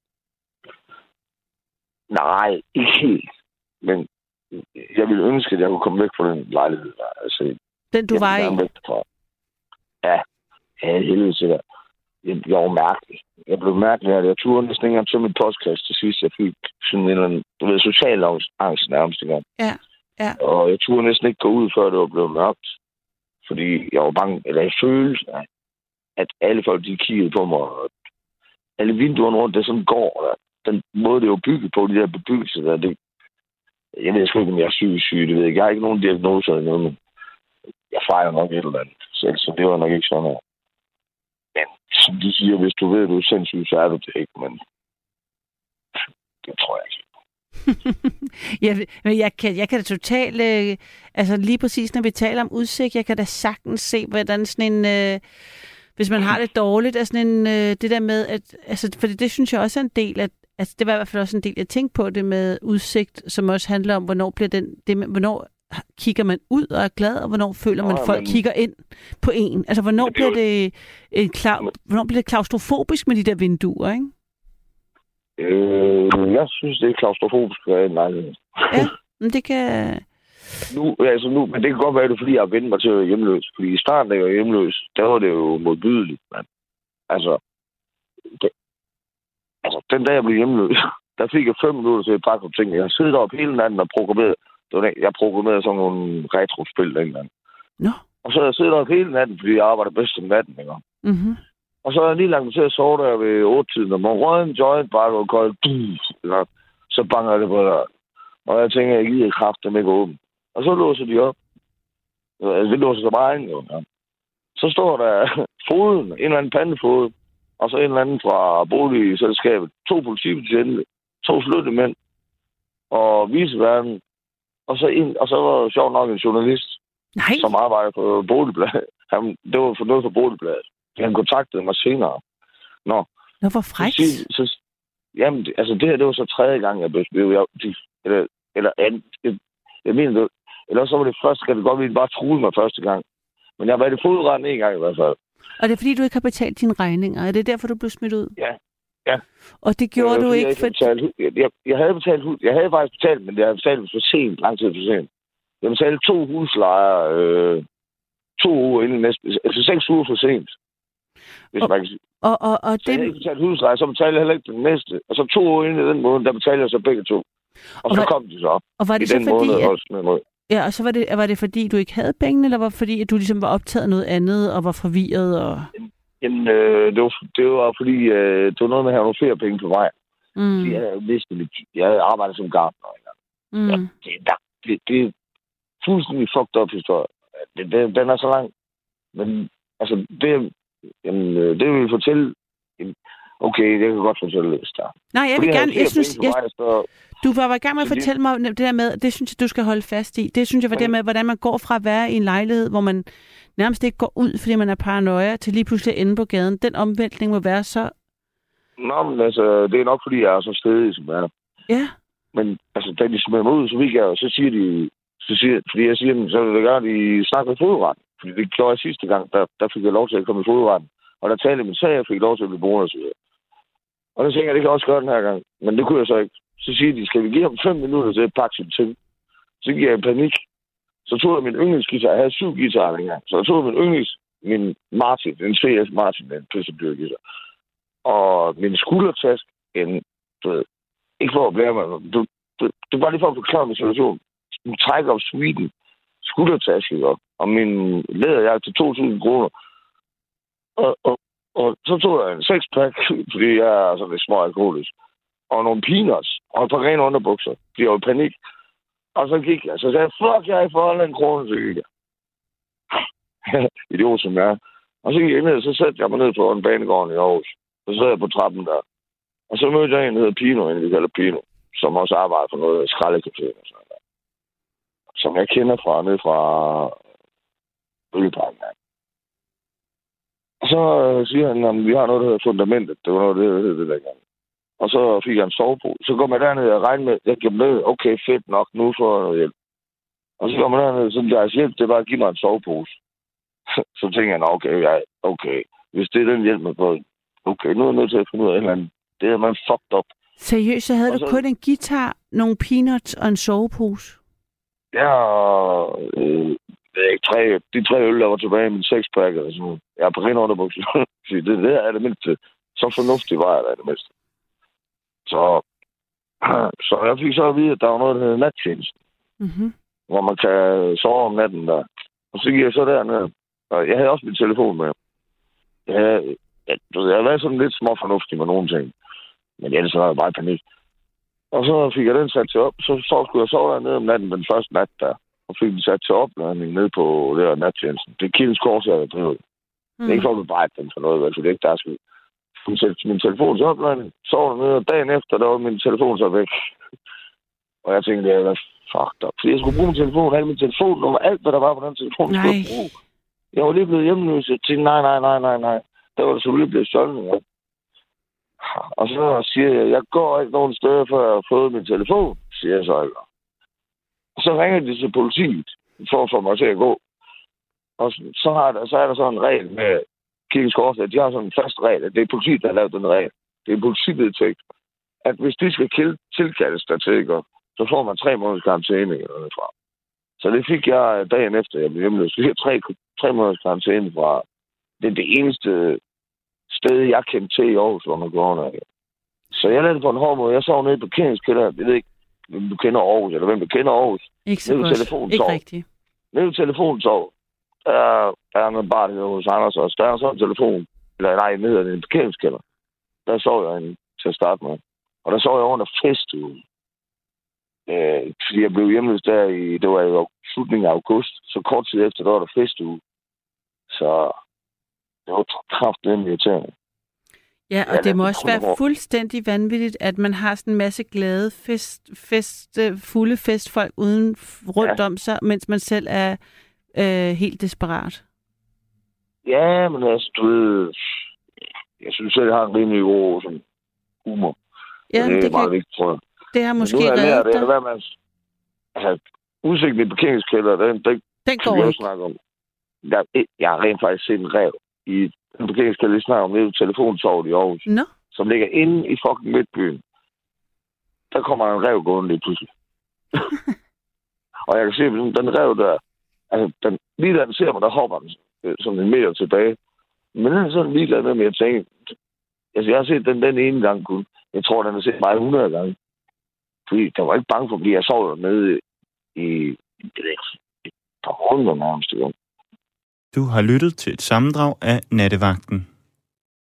Nej, ikke helt. Men jeg ville ønske, at jeg kunne komme væk fra den lejlighed der. Altså, den, du var i? Ja, ja, helvede til det. Jeg, jeg var mærkelig. Jeg blev mærkelig, at jeg turde næsten ikke engang til mit podcast til sidst. Jeg fik sådan en eller anden, du ved, social angst nærmest engang. Ja, ja. Og jeg turde næsten ikke gå ud, før det var blevet mørkt. Fordi jeg var bange, eller jeg følte, at alle folk, de kiggede på mig. Og alle vinduerne rundt, det sådan går. Der. Den måde, det er jo bygget på, de der bebyggelser der, det, jeg ved sgu ikke, om jeg er syg, syg, det ved jeg. Jeg har ikke nogen diagnoser eller noget, men jeg fejrer nok et eller andet selv, så det var nok ikke sådan her. Men som de siger, hvis du ved, at du er sindssyg, så er du det ikke, men det tror jeg ikke. ja, men jeg kan, jeg kan da totalt, øh, altså lige præcis når vi taler om udsigt, jeg kan da sagtens se, hvordan sådan en, øh, hvis man har det dårligt, er sådan en, øh, det der med, at, altså, for det, det synes jeg også er en del, at, altså det var i hvert fald også en del, jeg tænkte på det med udsigt, som også handler om, hvornår bliver den, det, hvornår kigger man ud og er glad, og hvornår føler man, at folk men... kigger ind på en. Altså, hvornår, bliver det, en klar, hvornår bliver det klaustrofobisk med de der vinduer, ikke? Øh, jeg synes, det er klaustrofobisk at være en lejlighed. Ja, men det kan... Nu, altså nu, men det kan godt være, det fordi jeg har vendt mig til at være hjemløs. Fordi i starten, da jeg var hjemløs, der var det jo modbydeligt, mand. Altså, det, altså, den dag jeg blev hjemløs, der fik jeg fem minutter til at pakke op ting. Jeg har siddet op hele natten og programmeret. Det var, jeg programmerede sådan nogle retrospil dengang. No. Og så har jeg siddet op hele natten, fordi jeg arbejder bedst om natten, ikke? Mm-hmm. Og så er jeg lige lagt mig til at sove der ved otte-tiden, og man røg en joint, bare og koldt, så banger det på døren. Og jeg tænker, jeg giver kraft, dem ikke åben. Og så låser de op. Altså, det låser sig bare ind, jo. Ja. Så står der foden, en eller anden pandefod, og så en eller anden fra boligselskabet, to politibetjente, to slutte og viceverden, og så, en, og så var det sjovt nok en journalist, Nej. som arbejder på Boligbladet. Han, det var for noget for Boligbladet. Han kontaktede mig senere. Nå. Nå, hvor frækt. Så, så, jamen, det, altså det her, det var så tredje gang, jeg blev jeg, eller, eller andet. Jeg, jeg mener, det, eller så var det første gang, det godt ville bare truede mig første gang. Men jeg har været i fodretten en gang i hvert fald. Og det er fordi, du ikke har betalt dine regninger? Er det derfor, du blev smidt ud? Ja. Ja. Og det gjorde jeg, du ikke? Jeg, for... betalt, jeg, jeg, jeg havde betalt hus. Jeg havde faktisk betalt, men jeg havde betalt for sent, lang tid for sent. Det jeg betalte to huslejer øh, to uger inden næste, altså seks uger for sent. Hvis og, man kan sige. Og, og, og så det... jeg ikke betalt husleje, så betalte jeg heller ikke den næste. Og så to uger inden i den måned, der betalte jeg så begge to. Og, og så var... kom de så op. Og var det i så den fordi, måned, at... også, ja, og så var det, var det fordi, du ikke havde pengene, eller var det fordi, at du ligesom var optaget af noget andet, og var forvirret? Og... Jamen, øh, det, var, det var fordi, øh, det var noget med at have nogle feriepenge på vej. Mm. Jeg havde mistet lidt. Jeg havde arbejdet som gartner. Mm. Ja, det, det, det er fuldstændig fucked up historie. Det, det, den er så lang. Men altså, det, jamen, det vil fortælle... Okay, det kan godt fortælle det, hvis der. Nej, jeg vil gerne... Jeg synes, jeg, vej, så, du var i gang med at fortælle mig det der med, det synes jeg, du skal holde fast i. Det synes jeg var det med, hvordan man går fra at være i en lejlighed, hvor man nærmest ikke går ud, fordi man er paranoia, til lige pludselig at ende på gaden. Den omvæltning må være så... Nå, men altså, det er nok, fordi jeg er så stedig, som jeg er. Ja. Men altså, da de smider mig ud, så, jeg, så siger de... Så siger, fordi jeg siger, så vil jeg gerne, de snakke med fodretten. Fordi det gjorde jeg sidste gang, der, der fik jeg lov til at komme i fodretten. Og der talte min sag, jeg fik lov til at blive boende og så videre. Og der tænker jeg, det kan jeg også gøre den her gang. Men det kunne jeg så ikke. Så siger de, skal vi give ham fem minutter til at pakke sin ting? Så gik jeg i panik. Så tog jeg min yndlingsguitar. Jeg havde syv guitarer dengang. Så jeg tog min yndlings, min Martin, en C S Martin, en pissedyr guitar. Og min skuldertask, en, du ved, ikke for at blære mig, du, du, det var lige for at forklare min situation. En Tiger of Sweden skuldertaske op, og min læderjakke til to tusind kroner. Og, og, og så tog jeg en sexpack, fordi jeg er sådan lidt små alkoholisk, og nogle peanuts, og et par rene underbukser. De var i panik. Og så gik jeg, så sagde jeg, fuck, jeg får holde en krone, så gik jeg. Idiot som jeg er. Og så gik jeg ned, og så satte jeg mig ned på en banegården i Aarhus. Så sad jeg på trappen der. Og så mødte jeg en, der hedder Pino, en vi kalder Pino, som også arbejder for noget skraldekafé og sådan noget. Som jeg kender fra, ned fra Ølleparken. Og så øh, siger han, at vi har noget, der hedder fundamentet. Det var noget, det hedder det der gang. Og så fik jeg en sovepose. Så går man derned og regner med, jeg giver med, okay, fedt nok, nu får jeg noget hjælp. Og så går man derned, så deres hjælp, det er bare at give mig en sovepose. Så tænker jeg, okay, ja, okay, hvis det er den hjælp, man får, okay, nu er jeg nødt til at finde ud af et eller andet. Det er man fucked up. Seriøst, så havde og du så... kun en guitar, nogle peanuts og en sovepose? Ja, øh, ikke, tre, de tre øl, der var tilbage i min sexpack eller sådan noget. Jeg er på rene underbukser. det, det er det mindste. Så fornuftigt var jeg da det mindste. Så, så jeg fik så at vide, at der var noget, der hedder nattjeneste. Mm-hmm. Hvor man kan sove om natten der. Og så gik jeg så derned. Og jeg havde også min telefon med. Jeg havde, jeg, jeg havde været sådan lidt småfornuftig med nogle ting. Men ellers var jeg bare i panik. Og så fik jeg den sat til op. Så, så skulle jeg sove dernede om natten den første nat der. Og fik den sat til opladning ned på det her nattjenesten. Det er Kildens Kors, jeg har drivet. Mm. Det er ikke for at bebrejde den for noget, for det er ikke der skal. Min telefon så opladning. Sov dernede, og dagen efter, der var min telefon så væk. Og jeg tænkte, det var fucked up. Fordi jeg skulle bruge min telefon, alle min telefon, og alt, hvad der var på den telefon, skulle jeg bruge. Jeg var lige blevet hjemløs. Jeg tænkte, nej, nej, nej, nej, nej. Der var det så lige blevet stjålet. Ja. Og så siger jeg, jeg går ikke nogen steder, før jeg har fået min telefon, siger jeg så. Og så ringer de til politiet, for at få mig til at gå. Og så, har der, så er der sådan en regel med Kildens Kors, at de har sådan en fast regel, at det er politiet, der har lavet den regel. Det er politivedtægt, at hvis de skal tilkaldes dertil, så får man tre måneders karantæne eller fra. Så det fik jeg dagen efter, jeg blev hjemløs. Så fik tre, tre måneders karantæne fra. Det er det eneste sted, jeg kendte til i Aarhus, hvor man går under. Så jeg lavede på en hård måde. Jeg sov nede i parkeringskælderen. Jeg ved ikke, hvem du kender Aarhus, eller hvem du kender Aarhus. Ikke så godt. Ikke rigtigt. Nede i telefonsov. Der, der er noget bar hos Anders også. Der er så en telefon. Eller nej, nede i en parkeringskælder. Der sov jeg en, til at starte med. Og der sov jeg under festugen. Øh, fordi jeg blev hjemløs der i, det var i slutningen af august. Så kort tid efter, der var der festuge. Så det var kraftedeme irriterende. Ja, og det må også være fuldstændig vanvittigt, at man har sådan en masse glade, fest, fest, fulde festfolk uden rundt ja. om sig, mens man selv er øh, helt desperat. Ja, men altså, du ved, jeg synes selv, jeg har en rimelig god sådan, humor. Ja, det, det er meget kan... vigtigt, tror jeg. Det har måske reddet dig. Det, man, altså, udsigten i parkeringskælder, den, den, den går ikke. Snakke om. Jeg, jeg har rent faktisk set en rev i en parkeringskælder, jeg snakker om nede i telefontovet i Aarhus, no. som ligger inde i fucking midtbyen. Der kommer en rev gående lige pludselig. Og jeg kan se, at den rev der, altså den, lige da den ser mig, der hopper den sådan en meter tilbage. Men den er sådan lige med, jeg tænker, altså jeg har set den den ene gang kun. Jeg tror, den har set mig hundrede gange. Fordi der var ikke bange for, fordi jeg sov dernede i, det ved ikke, et par måneder nærmest. Du har lyttet til et sammendrag af Nattevagten.